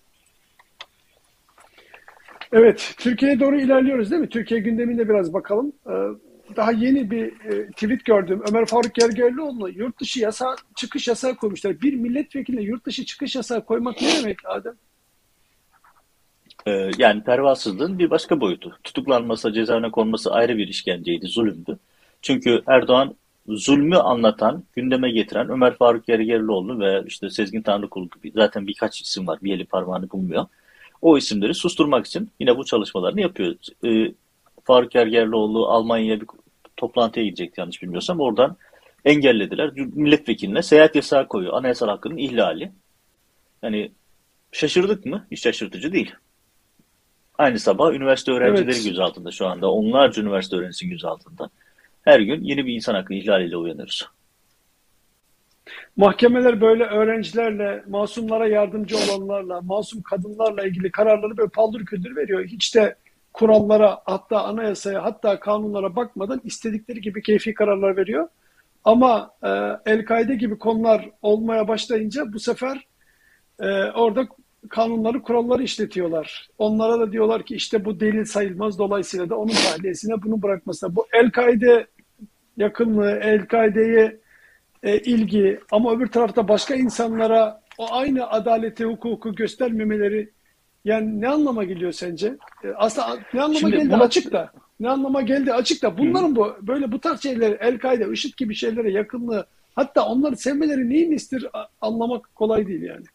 Evet, Türkiye'ye doğru ilerliyoruz değil mi? Türkiye gündemine biraz bakalım. Ee, daha yeni bir e, tweet gördüm. Ömer Faruk Gergerlioğlu yurt dışı yasa, çıkış yasağı koymuşlar. Bir milletvekiline yurt dışı çıkış yasağı koymak ne demek Adem? Ee, yani pervasızlığın bir başka boyutu. Tutuklanması, cezaevine konması ayrı bir işkenceydi, zulümdü. Çünkü Erdoğan zulmü anlatan, gündeme getiren Ömer Faruk Gergerlioğlu ve işte Sezgin Tanrıkulu gibi zaten birkaç isim var, bir eli parmağını bulmuyor. O isimleri susturmak için yine bu çalışmalarını yapıyor. Ee, Faruk Gergerlioğlu Almanya'ya bir toplantıya gidecekti yanlış bilmiyorsam. Oradan engellediler. Milletvekiline seyahat yasağı koyuyor. Anayasal hakkının ihlali. Yani şaşırdık mı? Hiç şaşırtıcı değil. Aynı sabah üniversite öğrencileri Evet, gözaltında şu anda. Onlarca üniversite öğrencisi gözaltında. Her gün yeni bir insan hakkı ihlaliyle uyanıyoruz. mahkemeler böyle öğrencilerle, masumlara yardımcı olanlarla, masum kadınlarla ilgili kararları böyle paldır küldür veriyor. Hiç de kurallara, hatta anayasaya, hatta kanunlara bakmadan istedikleri gibi keyfi kararlar veriyor. Ama e, El-Kaide gibi konular olmaya başlayınca bu sefer e, orada kanunları, kuralları işletiyorlar. Onlara da diyorlar ki işte bu delil sayılmaz. Dolayısıyla da onun tahliyesine bunu bırakmasına. Bu El-Kaide yakınlığı, El-Kaide'ye e, ilgi ama öbür tarafta başka insanlara o aynı adaleti, hukuku göstermemeleri yani ne anlama geliyor sence? E, aslında ne anlama Şimdi geldi buna açık da. Ne anlama geldi açık da. hı, Bunların bu böyle bu tarz şeyler El-Kaide, IŞİD gibi şeylere yakınlığı hatta onları sevmeleri neyin istir anlamak kolay değil yani.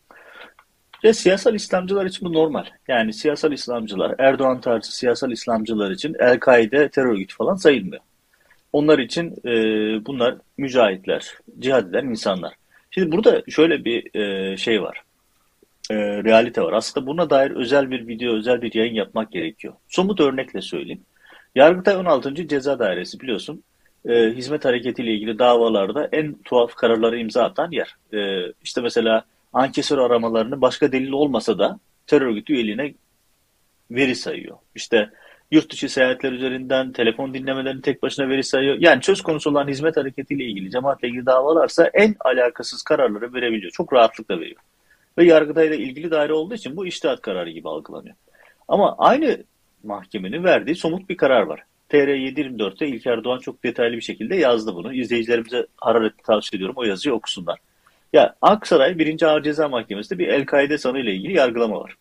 ve siyasal İslamcılar için bu normal. Yani siyasal İslamcılar, Erdoğan tarzı siyasal İslamcılar için El-Kaide terör örgütü falan sayılmıyor. Onlar için e, bunlar mücahitler, cihad eden insanlar. Şimdi burada şöyle bir e, şey var. E, realite var. Aslında buna dair özel bir video, özel bir yayın yapmak gerekiyor. Somut örnekle söyleyeyim. Yargıtay on altıncı Ceza Dairesi biliyorsun. E, hizmet hareketiyle ilgili davalarda en tuhaf kararları imza atan yer. E, işte mesela ankesör aramalarını başka delil olmasa da terör örgütü üyeliğine veri sayıyor. İşte yurt dışı seyahatler üzerinden telefon dinlemelerini tek başına veri sayıyor. Yani söz konusu olan hizmet hareketiyle ilgili, cemaatle ilgili davalarsa en alakasız kararları verebiliyor. Çok rahatlıkla veriyor. Ve Yargıtay'la ilgili daire olduğu için bu içtihat kararı gibi algılanıyor. Ama aynı mahkemenin verdiği somut bir karar var. T R yedi yirmi dörtte İlker Doğan çok detaylı bir şekilde yazdı bunu. İzleyicilerimize hararetle tavsiye ediyorum o yazıyı okusunlar. Ya Aksaray birinci Ağır Ceza Mahkemesi'nde bir El-Kaide sanığıyla ilgili yargılama var.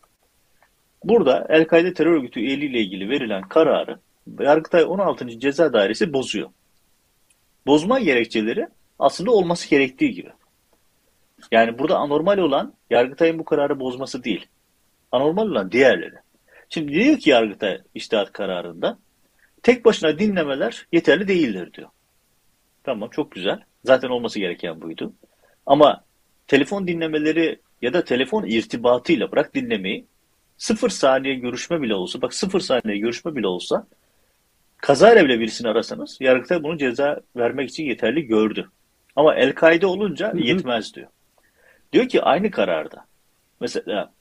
Burada El-Kaide terör örgütü üyeliğiyle ilgili verilen kararı Yargıtay on altıncı Ceza Dairesi bozuyor. Bozma gerekçeleri aslında olması gerektiği gibi. Yani burada anormal olan Yargıtay'ın bu kararı bozması değil. Anormal olan diğerleri. Şimdi diyor ki Yargıtay içtihat kararında tek başına dinlemeler yeterli değildir diyor. Tamam çok güzel. Zaten olması gereken buydu. Ama telefon dinlemeleri ya da telefon irtibatıyla bırak dinlemeyi sıfır saniye görüşme bile olsa bak sıfır saniye görüşme bile olsa kazayla bile birisini arasanız Yargıtay bunu ceza vermek için yeterli gördü. Ama El-Kaide olunca Hı hı. yetmez diyor. Diyor ki aynı kararda mesela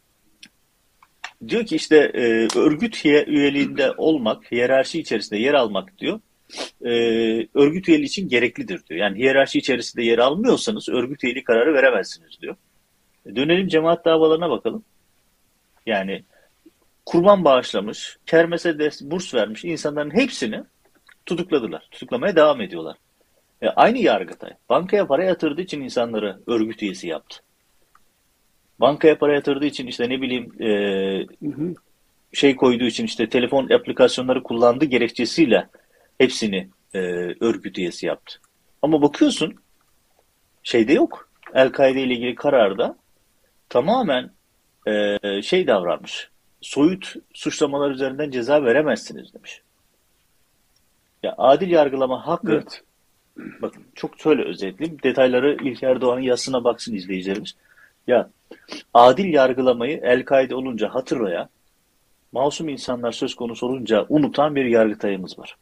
diyor ki işte e, örgüt üyeliğinde olmak, hiyerarşi içerisinde yer almak diyor. E, örgüt üyeliği için gereklidir diyor. Yani hiyerarşi içerisinde yer almıyorsanız örgüt üyeliği kararı veremezsiniz diyor. E, dönelim cemaat davalarına bakalım. Yani kurban bağışlamış, kermese de burs vermiş insanların hepsini tutukladılar. Tutuklamaya devam ediyorlar. E, aynı Yargıtay. Bankaya para yatırdığı için insanları örgüt üyesi yaptı. Bankaya para yatırdığı için işte ne bileyim e, Hı hı. şey koyduğu için işte telefon aplikasyonları kullandığı gerekçesiyle hepsini e, örgüt üyesi yaptı. Ama bakıyorsun şeyde yok. El-Kaide ile ilgili kararda tamamen e, şey davranmış. Soyut suçlamalar üzerinden ceza veremezsiniz demiş. Ya adil yargılama hakkı Evet. Bakın çok şöyle özetleyeyim. Detayları İlker Erdoğan'ın yazısına baksın izleyicilerimiz. Ya adil yargılamayı El-Kaide olunca hatırlayan, masum insanlar söz konusu olunca unutan bir yargıtayımız var.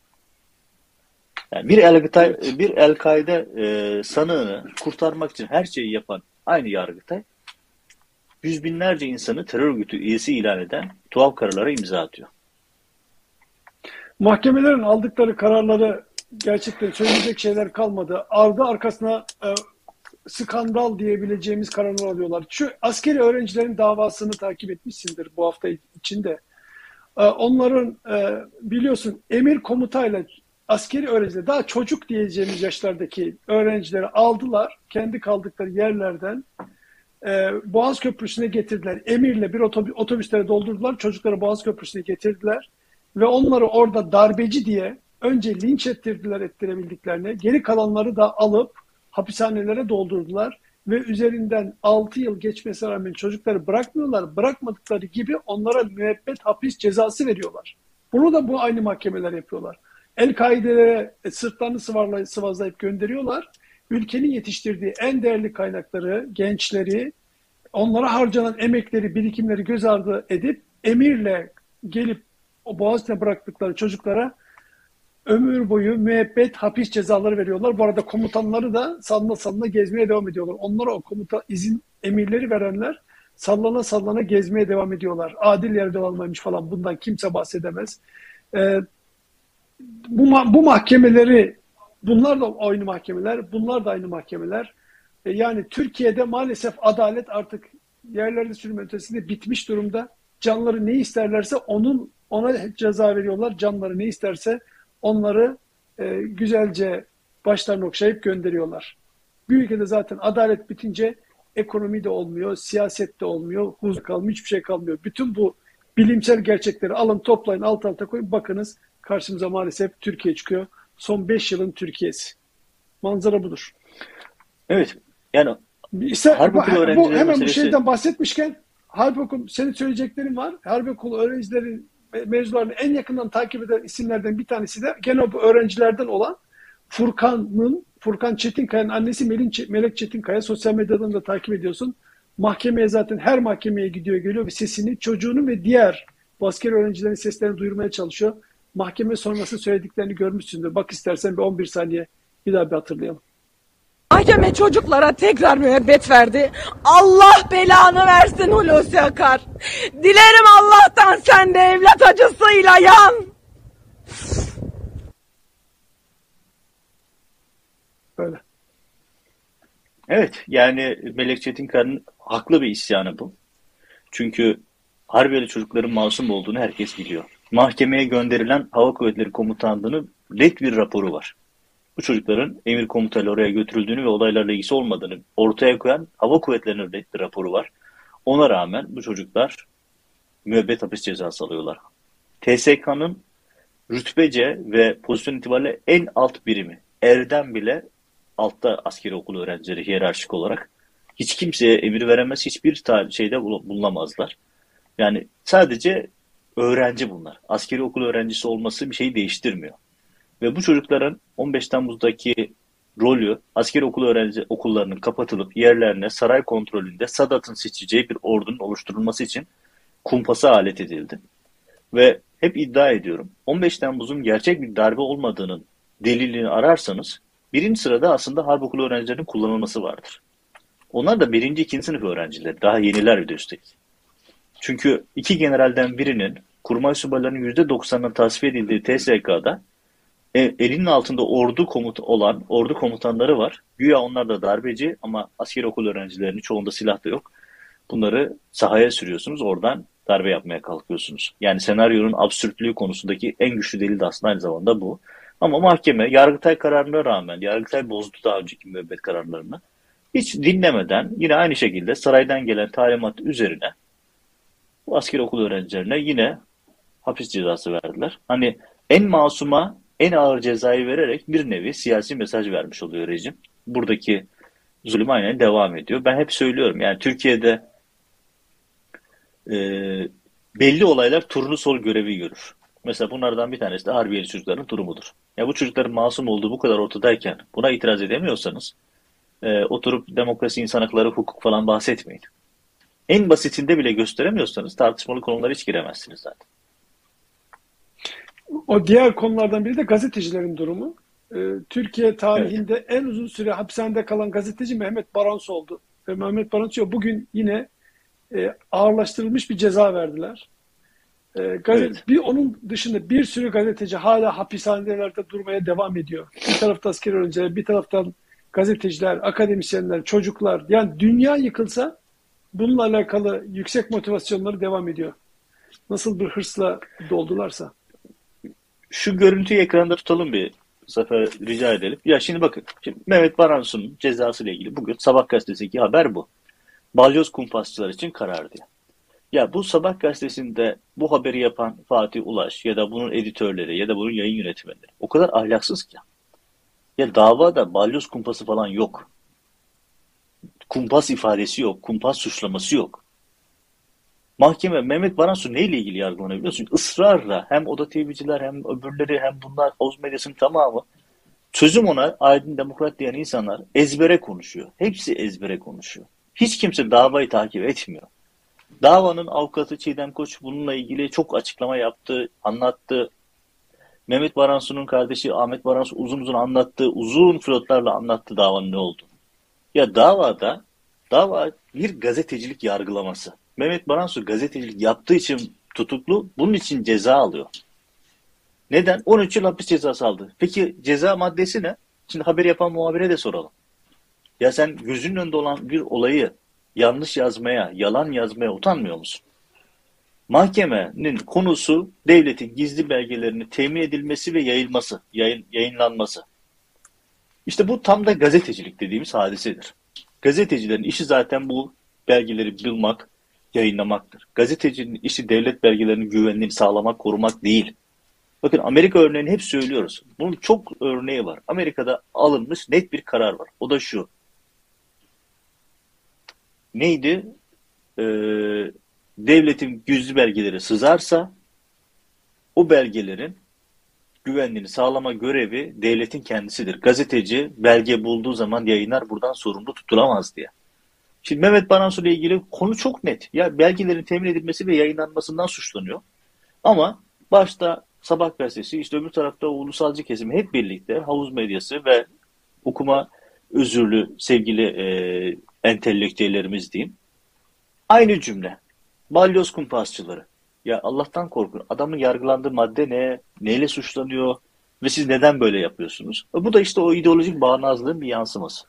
Yani bir El-Kaide, Evet. bir El-Kaide e, sanığını kurtarmak için her şeyi yapan aynı yargıtay, yüz binlerce insanı terör örgütü üyesi ilan eden tuhaf kararlara imza atıyor. Mahkemelerin aldıkları kararları gerçekten söyleyecek şeyler kalmadı. Ardı arkasına e, skandal diyebileceğimiz kararlar alıyorlar. Şu askeri öğrencilerin davasını takip etmişsindir bu hafta içinde. E, onların e, biliyorsun emir komutayla askeri öğrenciler, daha çocuk diyeceğimiz yaşlardaki öğrencileri aldılar. Kendi kaldıkları yerlerden e, Boğaz Köprüsü'ne getirdiler. Emirle bir otobü, otobüslere doldurdular. Çocukları Boğaz Köprüsü'ne getirdiler. Ve onları orada darbeci diye önce linç ettirdiler ettirebildiklerine. Geri kalanları da alıp hapishanelere doldurdular. Ve üzerinden altı yıl geçmesine rağmen çocukları bırakmıyorlar. Bırakmadıkları gibi onlara müebbet hapis cezası veriyorlar. Bunu da bu aynı mahkemeler yapıyorlar. El-Kaide'lere sırtlarını sıvarlayıp, sıvazlayıp gönderiyorlar. Ülkenin yetiştirdiği en değerli kaynakları, gençleri, onlara harcanan emekleri, birikimleri göz ardı edip emirle gelip o Boğaziçi'ne bıraktıkları çocuklara ömür boyu müebbet hapis cezaları veriyorlar. Bu arada komutanları da sallana sallana gezmeye devam ediyorlar. Onlara o komuta izin emirleri verenler sallana sallana gezmeye devam ediyorlar. Adil yerde olmaymış falan, bundan kimse bahsedemez. Ee, bu, bu mahkemeleri, bunlar da aynı mahkemeler, bunlar da aynı mahkemeler. E, yani Türkiye'de maalesef adalet artık yerlerde sürme ötesinde bitmiş durumda. Canları ne isterlerse onun ona ceza veriyorlar. Canları ne isterse onları e, güzelce başlarını okşayıp gönderiyorlar. Bir ülkede zaten adalet bitince ekonomi de olmuyor, siyaset de olmuyor, huzur kalmıyor, hiçbir şey kalmıyor. Bütün bu bilimsel gerçekleri alın, toplayın, alt alta koyun, bakınız karşımıza maalesef Türkiye çıkıyor. Son beş yılın Türkiye'si. Manzara budur. Evet, yani İşte harp bu, okulu bu öğrencileri hemen bu meselesi. şeyden bahsetmişken harp okulu, senin söyleyeceklerin var. Harp okulu öğrencilerin mevzularını en yakından takip eden isimlerden bir tanesi de gene bu öğrencilerden olan Furkan'ın, Furkan Çetinkaya'nın annesi Melin, Melek Çetinkaya. Sosyal medyadan da takip ediyorsun. Mahkemeye zaten her mahkemeye gidiyor geliyor ve sesini, çocuğunu ve diğer bu askeri öğrencilerin seslerini duyurmaya çalışıyor. Mahkeme sonrası söylediklerini görmüşsündür. Bak istersen bir on bir saniye bir daha bir hatırlayalım. Mahkeme çocuklara tekrar müebbet verdi. Allah belanı versin Hulusi Akar. Dilerim Allah'tan sen de evlat acısıyla yan. Böyle. Evet, yani Melek Çetinkaya'nın haklı bir isyanı bu. Çünkü Harbiyeli çocukların masum olduğunu herkes biliyor. Mahkemeye gönderilen Hava Kuvvetleri Komutanlığı'nın net bir raporu var. Bu çocukların emir komutayla oraya götürüldüğünü ve olaylarla ilgisi olmadığını ortaya koyan Hava Kuvvetleri'nin net bir raporu var. Ona rağmen bu çocuklar müebbet hapis cezası alıyorlar. T S K'nın rütbece ve pozisyon itibariyle en alt birimi. Erden bile altta askeri okul öğrencileri hiyerarşik olarak. Hiç kimseye emir veremez, hiçbir şeyde bulunamazlar. Yani sadece öğrenci bunlar. Askeri okul öğrencisi olması bir şeyi değiştirmiyor. Ve bu çocukların on beş Temmuz'daki rolü askeri okul öğrenci okullarının kapatılıp yerlerine saray kontrolünde Sadat'ın seçeceği bir ordunun oluşturulması için kumpasa alet edildi. Ve hep iddia ediyorum, on beş Temmuz'un gerçek bir darbe olmadığının delilini ararsanız birinci sırada aslında harp okulu öğrencilerinin kullanılması vardır. Onlar da birinci, ikinci sınıf öğrencileri. Daha yeniler bir de üstelik. Çünkü iki generalden birinin kurmay subaylarının yüzde doksanına tasfiye edildiği T S K'da elinin altında ordu komut olan ordu komutanları var. Güya onlar da darbeci ama askeri okul öğrencilerinin çoğunda silah da yok. Bunları sahaya sürüyorsunuz, oradan darbe yapmaya kalkıyorsunuz. Yani senaryonun absürtlüğü konusundaki en güçlü delil de aslında aynı zamanda bu. Ama mahkeme Yargıtay kararına rağmen, Yargıtay bozdu daha önceki müebbet kararlarını, hiç dinlemeden yine aynı şekilde saraydan gelen talimat üzerine bu askeri okul öğrencilerine yine hapis cezası verdiler. Hani en masuma en ağır cezayı vererek bir nevi siyasi mesaj vermiş oluyor rejim. Buradaki zulüm aynen devam ediyor. Ben hep söylüyorum, yani Türkiye'de e, belli olaylar turnusol görevi görür. Mesela bunlardan bir tanesi de Harbiyeli çocukların durumudur. Ya bu çocukların masum olduğu bu kadar ortadayken buna itiraz edemiyorsanız e, oturup demokrasi, insan hakları, hukuk falan bahsetmeyin. En basitinde bile gösteremiyorsanız tartışmalı konulara hiç giremezsiniz zaten. O diğer konulardan biri de gazetecilerin durumu. Ee, Türkiye Evet. tarihinde en uzun süre hapishanede kalan gazeteci Mehmet Baransu oldu. Ve Mehmet Baransu'ya bugün yine e, ağırlaştırılmış bir ceza verdiler. E, Evet. gazet, bir onun dışında bir sürü gazeteci hala hapishanelerde durmaya devam ediyor. Bir tarafta asker öğrenciler, bir taraftan gazeteciler, akademisyenler, çocuklar. Yani dünya yıkılsa bununla alakalı yüksek motivasyonları devam ediyor. Nasıl bir hırsla doldularsa. Şu görüntüyü ekranda tutalım bir sefer rica edelim. Ya şimdi bakın. Şimdi Mehmet Baransu'nun cezası ile ilgili bugün Sabah gazetesindeki haber bu. Balyoz kumpasçılar için karar diye. Ya bu Sabah gazetesinde bu haberi yapan Fatih Ulaş ya da bunun editörleri ya da bunun yayın yönetmenleri o kadar ahlaksız ki. Ya davada balyoz kumpası falan yok. Kumpas ifadesi yok. Kumpas suçlaması yok. Mahkeme Mehmet Baransu neyle ilgili yargılanıyor biliyor musun? Israrla hem Oda T V'ciler hem öbürleri hem bunlar havuz medyasının tamamı sözüm ona aydın demokrat diyen insanlar ezbere konuşuyor. Hepsi ezbere konuşuyor. Hiç kimse davayı takip etmiyor. Davanın avukatı Çiğdem Koç bununla ilgili çok açıklama yaptı, anlattı. Mehmet Baransu'nun kardeşi Ahmet Baransu uzun uzun anlattı, uzun flotlarla anlattı davanın ne olduğunu. Ya davada, dava bir gazetecilik yargılaması. Mehmet Baransu gazetecilik yaptığı için tutuklu, bunun için ceza alıyor. Neden? on üç yıl hapis cezası aldı. Peki ceza maddesi ne? Şimdi haberi yapan muhabire de soralım. Ya sen gözünün önünde olan bir olayı yanlış yazmaya, yalan yazmaya utanmıyor musun? Mahkemenin konusu devletin gizli belgelerinin temin edilmesi ve yayılması, yayın, yayınlanması. İşte bu tam da gazetecilik dediğimiz hadisedir. Gazetecilerin işi zaten bu belgeleri bulmak, yayınlamaktır. Gazetecinin işi devlet belgelerinin güvenliğini sağlamak, korumak değil. Bakın Amerika örneğini hep söylüyoruz. Bunun çok örneği var. Amerika'da alınmış net bir karar var. O da şu. Neydi? Ee, devletin gizli belgeleri sızarsa o belgelerin güvenliğini sağlama görevi devletin kendisidir. Gazeteci belge bulduğu zaman yayınlar buradan sorumlu tutulamaz diye. Şimdi Mehmet Baransu ile ilgili konu çok net. Ya belgelerin temin edilmesi ve yayınlanmasından suçlanıyor. Ama başta Sabah gazetesi, işte öbür tarafta o ulusalcı kesimi hep birlikte havuz medyası ve okuma özürlü sevgili e, entelektüellerimiz diyeyim. Aynı cümle. Balyoz kumpasçıları. Ya Allah'tan korkun. Adamın yargılandığı madde ne? Neyle suçlanıyor? Ve siz neden böyle yapıyorsunuz? Bu da işte o ideolojik bağnazlığın bir yansıması.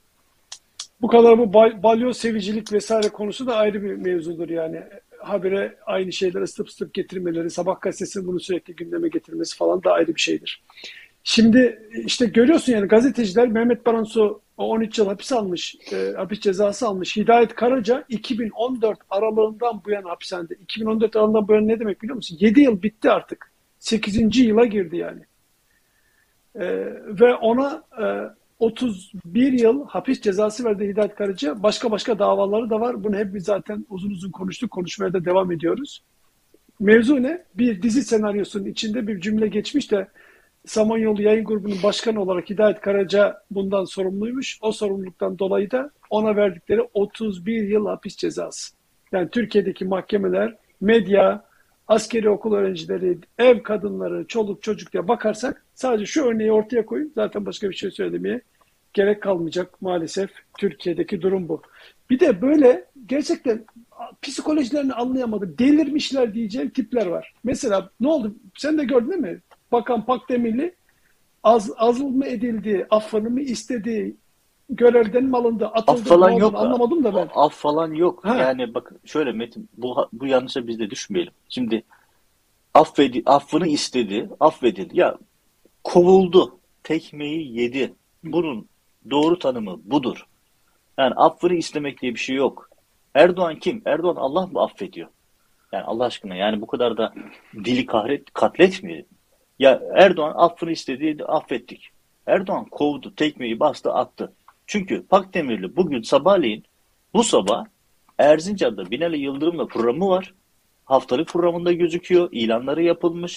Bu kadar bu bal- balyoz sevicilik vesaire konusu da ayrı bir mevzudur yani. Habere aynı şeyleri ısıtıp ısıtıp getirmeleri, Sabah gazetesinin bunu sürekli gündeme getirmesi falan da ayrı bir şeydir. Şimdi işte görüyorsun yani gazeteciler Mehmet Baransu o on üç yıl hapis almış, e, hapis cezası almış. Hidayet Karaca iki bin on dört aralığından bu yana hapishanede. iki bin on dört aralığından bu yana ne demek biliyor musun? yedi yıl bitti artık. sekizinci yıla girdi yani. E, ve ona e, otuz bir yıl hapis cezası verdi Hidayet Karaca. Başka başka davaları da var. Bunu hep biz zaten uzun uzun konuştuk. Konuşmaya da devam ediyoruz. Mevzu ne? Bir dizi senaryosunun içinde bir cümle geçmiş de Samanyolu Yayın Grubu'nun başkanı olarak Hidayet Karaca bundan sorumluymuş. O sorumluluktan dolayı da ona verdikleri otuz bir yıl hapis cezası. Yani Türkiye'deki mahkemeler, medya, askeri okul öğrencileri, ev kadınları, çoluk çocuk diye bakarsak sadece şu örneği ortaya koyun. Zaten başka bir şey söylemeye gerek kalmayacak maalesef. Türkiye'deki durum bu. Bir de böyle gerçekten psikolojilerini anlayamadım. Delirmişler diyeceğim tipler var. Mesela ne oldu? Sen de gördün değil mi? Bakan Pakdemirli az, azıl mı edildi, affını mı istedi, görevden mi alındı, Af atıldı, falan ne oldu yok. anlamadım da ben. Af falan yok. Ha. Yani bak şöyle Metin bu, bu yanlışa biz de düşmeyelim. Şimdi affedi, affını istedi, affedildi. Ya kovuldu, tekmeyi yedi. Bunun doğru tanımı budur. Yani affını istemek diye bir şey yok. Erdoğan kim? Erdoğan Allah mı affediyor? Yani Allah aşkına yani bu kadar da dili kahret, katletmeyelim. Ya Erdoğan affını istedi, affettik. Erdoğan kovdu, tekmeyi bastı, attı. Çünkü Pakdemirli bugün sabahleyin, bu sabah Erzincan'da Binali Yıldırım'la programı var. Haftalık programında gözüküyor, ilanları yapılmış.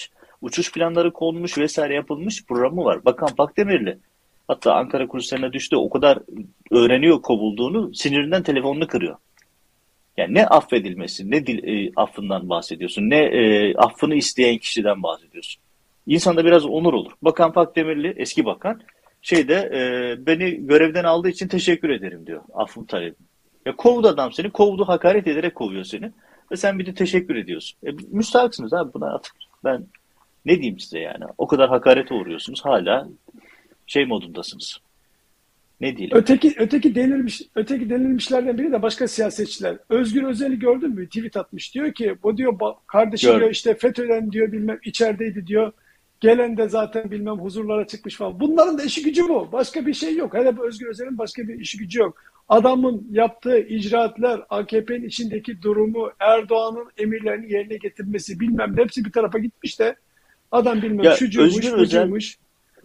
Uçuş planları konmuş vesaire yapılmış programı var. Bakan Pakdemirli hatta Ankara kulislerine düştü. O kadar öğreniyor kovulduğunu, sinirinden telefonunu kırıyor. Yani ne affedilmesi, ne dil, e, affından bahsediyorsun, ne e, affını isteyen kişiden bahsediyorsun. İnsanda biraz onur olur. Bakan Pakdemirli, eski bakan, şeyde e, beni görevden aldığı için teşekkür ederim diyor. Affım talebim. Ya kovdu adam seni, kovdu, hakaret ederek kovuyor seni. Ve sen bir de teşekkür ediyorsun. E, müstahaksınız abi buna artık. Ben ne diyeyim size yani? O kadar hakarete uğruyorsunuz, hala şey modundasınız. Ne diyelim? Öteki öteki denilmiş öteki denilmişlerden biri de başka siyasetçiler. Özgür Özel'i gördün mü? Tweet atmış. Diyor ki bu diyor kardeşim Gördüm. diyor işte FETÖ'den diyor bilmem içerideydi diyor. Gelen de zaten bilmem huzurlara çıkmış falan. Bunların da işi gücü bu. Başka bir şey yok. Hele bu Özgür Özel'in başka bir işi gücü yok. Adamın yaptığı icraatlar, A K P'nin içindeki durumu, Erdoğan'ın emirlerini yerine getirmesi bilmem hepsi bir tarafa gitmiş de adam bilmem Ya şucuymuş, Özgür Özel bucuymuş.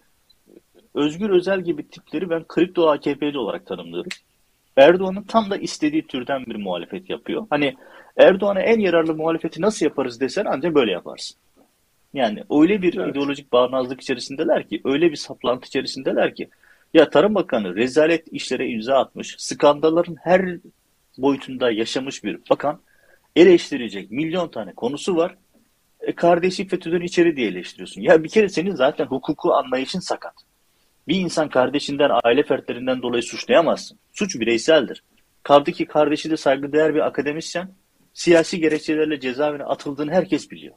Özgür Özel gibi tipleri ben kripto A K P'li olarak tanımlıyorum. Erdoğan'ın tam da istediği türden bir muhalefet yapıyor. Hani Erdoğan'a en yararlı muhalefeti nasıl yaparız desen ancak böyle yaparsın. Yani öyle bir Evet. ideolojik bağnazlık içerisindeler ki, öyle bir saplantı içerisindeler ki. Ya Tarım Bakanı rezalet işlere imza atmış, skandalların her boyutunda yaşamış bir bakan, eleştirecek milyon tane konusu var. E, kardeşi FETÖ'den içeri diye eleştiriyorsun. Ya bir kere senin zaten hukuku anlayışın sakat. Bir insan kardeşinden, aile fertlerinden dolayı suçlayamazsın. Suç bireyseldir. Kaldı ki kardeşi de saygıdeğer bir akademisyen, siyasi gerekçelerle cezaevine atıldığını herkes biliyor.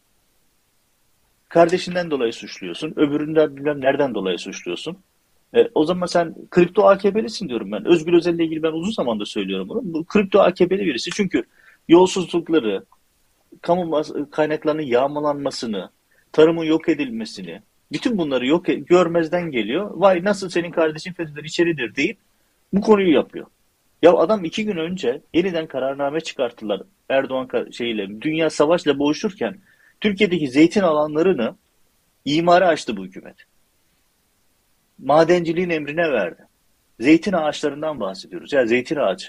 Kardeşinden dolayı suçluyorsun, öbüründen bilmem nereden dolayı suçluyorsun. E, o zaman sen kripto A K P'lisin diyorum ben. Özgür Özel'le ilgili ben uzun zamandır söylüyorum bunu. Bu kripto A K P'li birisi çünkü yolsuzlukları, kamu kaynaklarının yağmalanmasını, tarımın yok edilmesini, bütün bunları yok e- görmezden geliyor. Vay nasıl senin kardeşin FETÖ'den içeridir deyip bu konuyu yapıyor. Ya adam iki gün önce yeniden kararname çıkarttılar Erdoğan ka- şeyle, dünya savaşla boğuşurken Türkiye'deki zeytin alanlarını imara açtı bu hükümet. Madenciliğin emrine verdi. Zeytin ağaçlarından bahsediyoruz. Ya zeytin ağacı.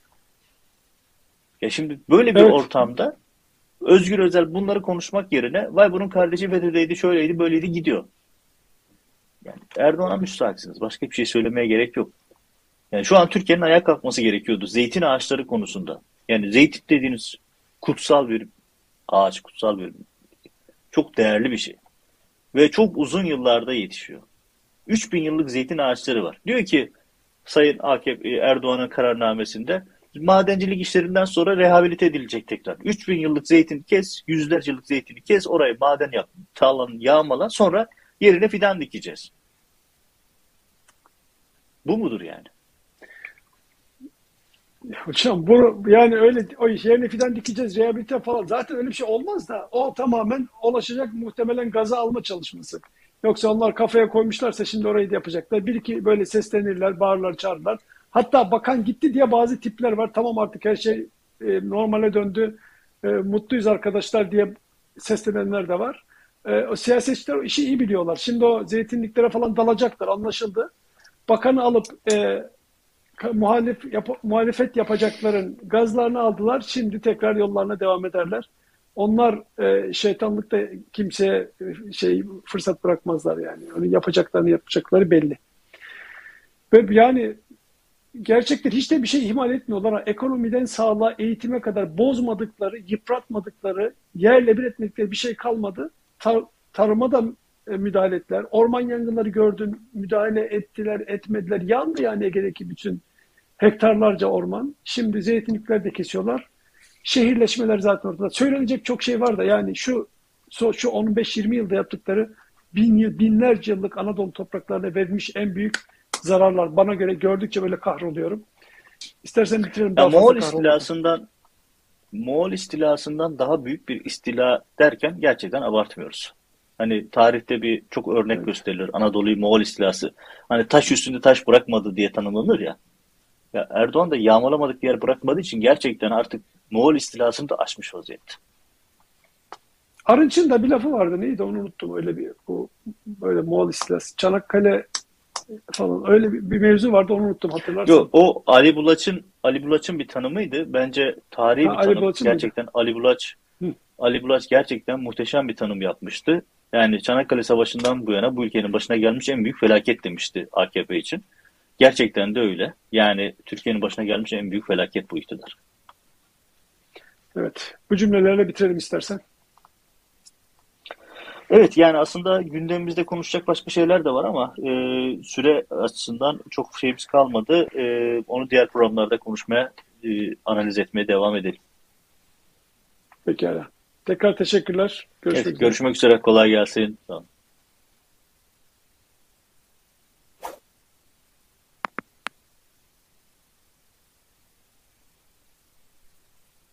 Ya şimdi böyle bir Evet. ortamda Özgür Özel bunları konuşmak yerine vay bunun kardeşi FETÖ'deydi, şöyleydi, böyleydi gidiyor. Yani Erdoğan'a müstahaksınız. Başka bir şey söylemeye gerek yok. Yani şu an Türkiye'nin ayağa kalkması gerekiyordu zeytin ağaçları konusunda. Yani zeytin dediğiniz kutsal bir ağaç, kutsal bir, çok değerli bir şey. Ve çok uzun yıllarda yetişiyor. üç bin yıllık zeytin ağaçları var. Diyor ki Sayın A K P Erdoğan'ın kararnamesinde madencilik işlerinden sonra rehabilite edilecek tekrar. üç bin yıllık zeytin kes, yüzlerce yıllık zeytini kes, orayı maden yap, tarlanı yağmala, sonra yerine fidan dikeceğiz. Bu mudur yani? Hocam bu yani öyle o iş yerine fidan dikeceğiz rehabilite falan zaten öyle bir şey olmaz da o tamamen ulaşacak muhtemelen gaza alma çalışması. Yoksa onlar kafaya koymuşlarsa şimdi orayı da yapacaklar. Bir iki böyle seslenirler, bağırırlar, çağırırlar. Hatta bakan gitti diye bazı tipler var. Tamam artık her şey e, normale döndü. E, mutluyuz arkadaşlar diye seslenenler de var. E, o siyasetçiler o işi iyi biliyorlar. Şimdi o zeytinliklere falan dalacaklar anlaşıldı. Bakanı alıp e, muhalif yap, muhalefet yapacakların gazlarını aldılar. Şimdi tekrar yollarına devam ederler. Onlar e, şeytanlıkta kimseye e, şey fırsat bırakmazlar yani. Onu yapacaklarını yapacakları belli. Ve yani gerçekten hiç de bir şey ihmal etmiyorlar. Ekonomiden sağlığa, eğitime kadar bozmadıkları, yıpratmadıkları, yerle bir etmedikleri bir şey kalmadı. Tar tarıma da e, müdahale ettiler. Orman yangınları gördün, müdahale ettiler, etmediler. Yandı yani Ege'deki bütün hektarlarca orman. Şimdi zeytinlikler de kesiyorlar. Şehirleşmeler zaten ortada. Söylenecek çok şey var da yani şu şu on beş yirmi yılda yaptıkları bin yıl, binlerce yıllık Anadolu topraklarına verilmiş en büyük zararlar. Bana göre gördükçe böyle kahroluyorum. İstersen bitirelim. Daha Ya fazla Moğol kahroluyorum. istilasından Moğol istilasından daha büyük bir istila derken gerçekten abartmıyoruz. Hani tarihte bir çok örnek Evet. gösterilir. Anadolu'yu Moğol istilası. Hani taş üstünde taş bırakmadı diye tanımlanır ya. Ya Erdoğan da yağmalamadık bir yer bırakmadığı için gerçekten artık Moğol istilasını da aşmış vaziyette. Arınç'ın da bir lafı vardı. Neydi onu unuttum. Öyle bir bu böyle Moğol istilası. Çanakkale falan öyle bir, bir mevzu vardı onu unuttum hatırlarsan. Yok, o Ali Bulaç'ın Ali Bulaç'ın bir tanımıydı. Bence tarihi Ha, bir Ali tanım. Bulaç'ın mıydı? Gerçekten Ali Bulaç Hı. Ali Bulaç gerçekten muhteşem bir tanım yapmıştı. Yani Çanakkale Savaşı'ndan bu yana bu ülkenin başına gelmiş en büyük felaket demişti A K P için. Gerçekten de öyle. Yani Türkiye'nin başına gelmiş en büyük felaket bu iktidar. Evet. Bu cümlelerle bitirelim istersen. Evet, yani aslında gündemimizde konuşacak başka şeyler de var ama e, süre açısından çok şeyimiz kalmadı. E, onu diğer programlarda konuşmaya, e, analiz etmeye devam edelim. Pekala. Tekrar teşekkürler. Görüşmek Evet, üzere. görüşmek üzere. Kolay gelsin. Tamam.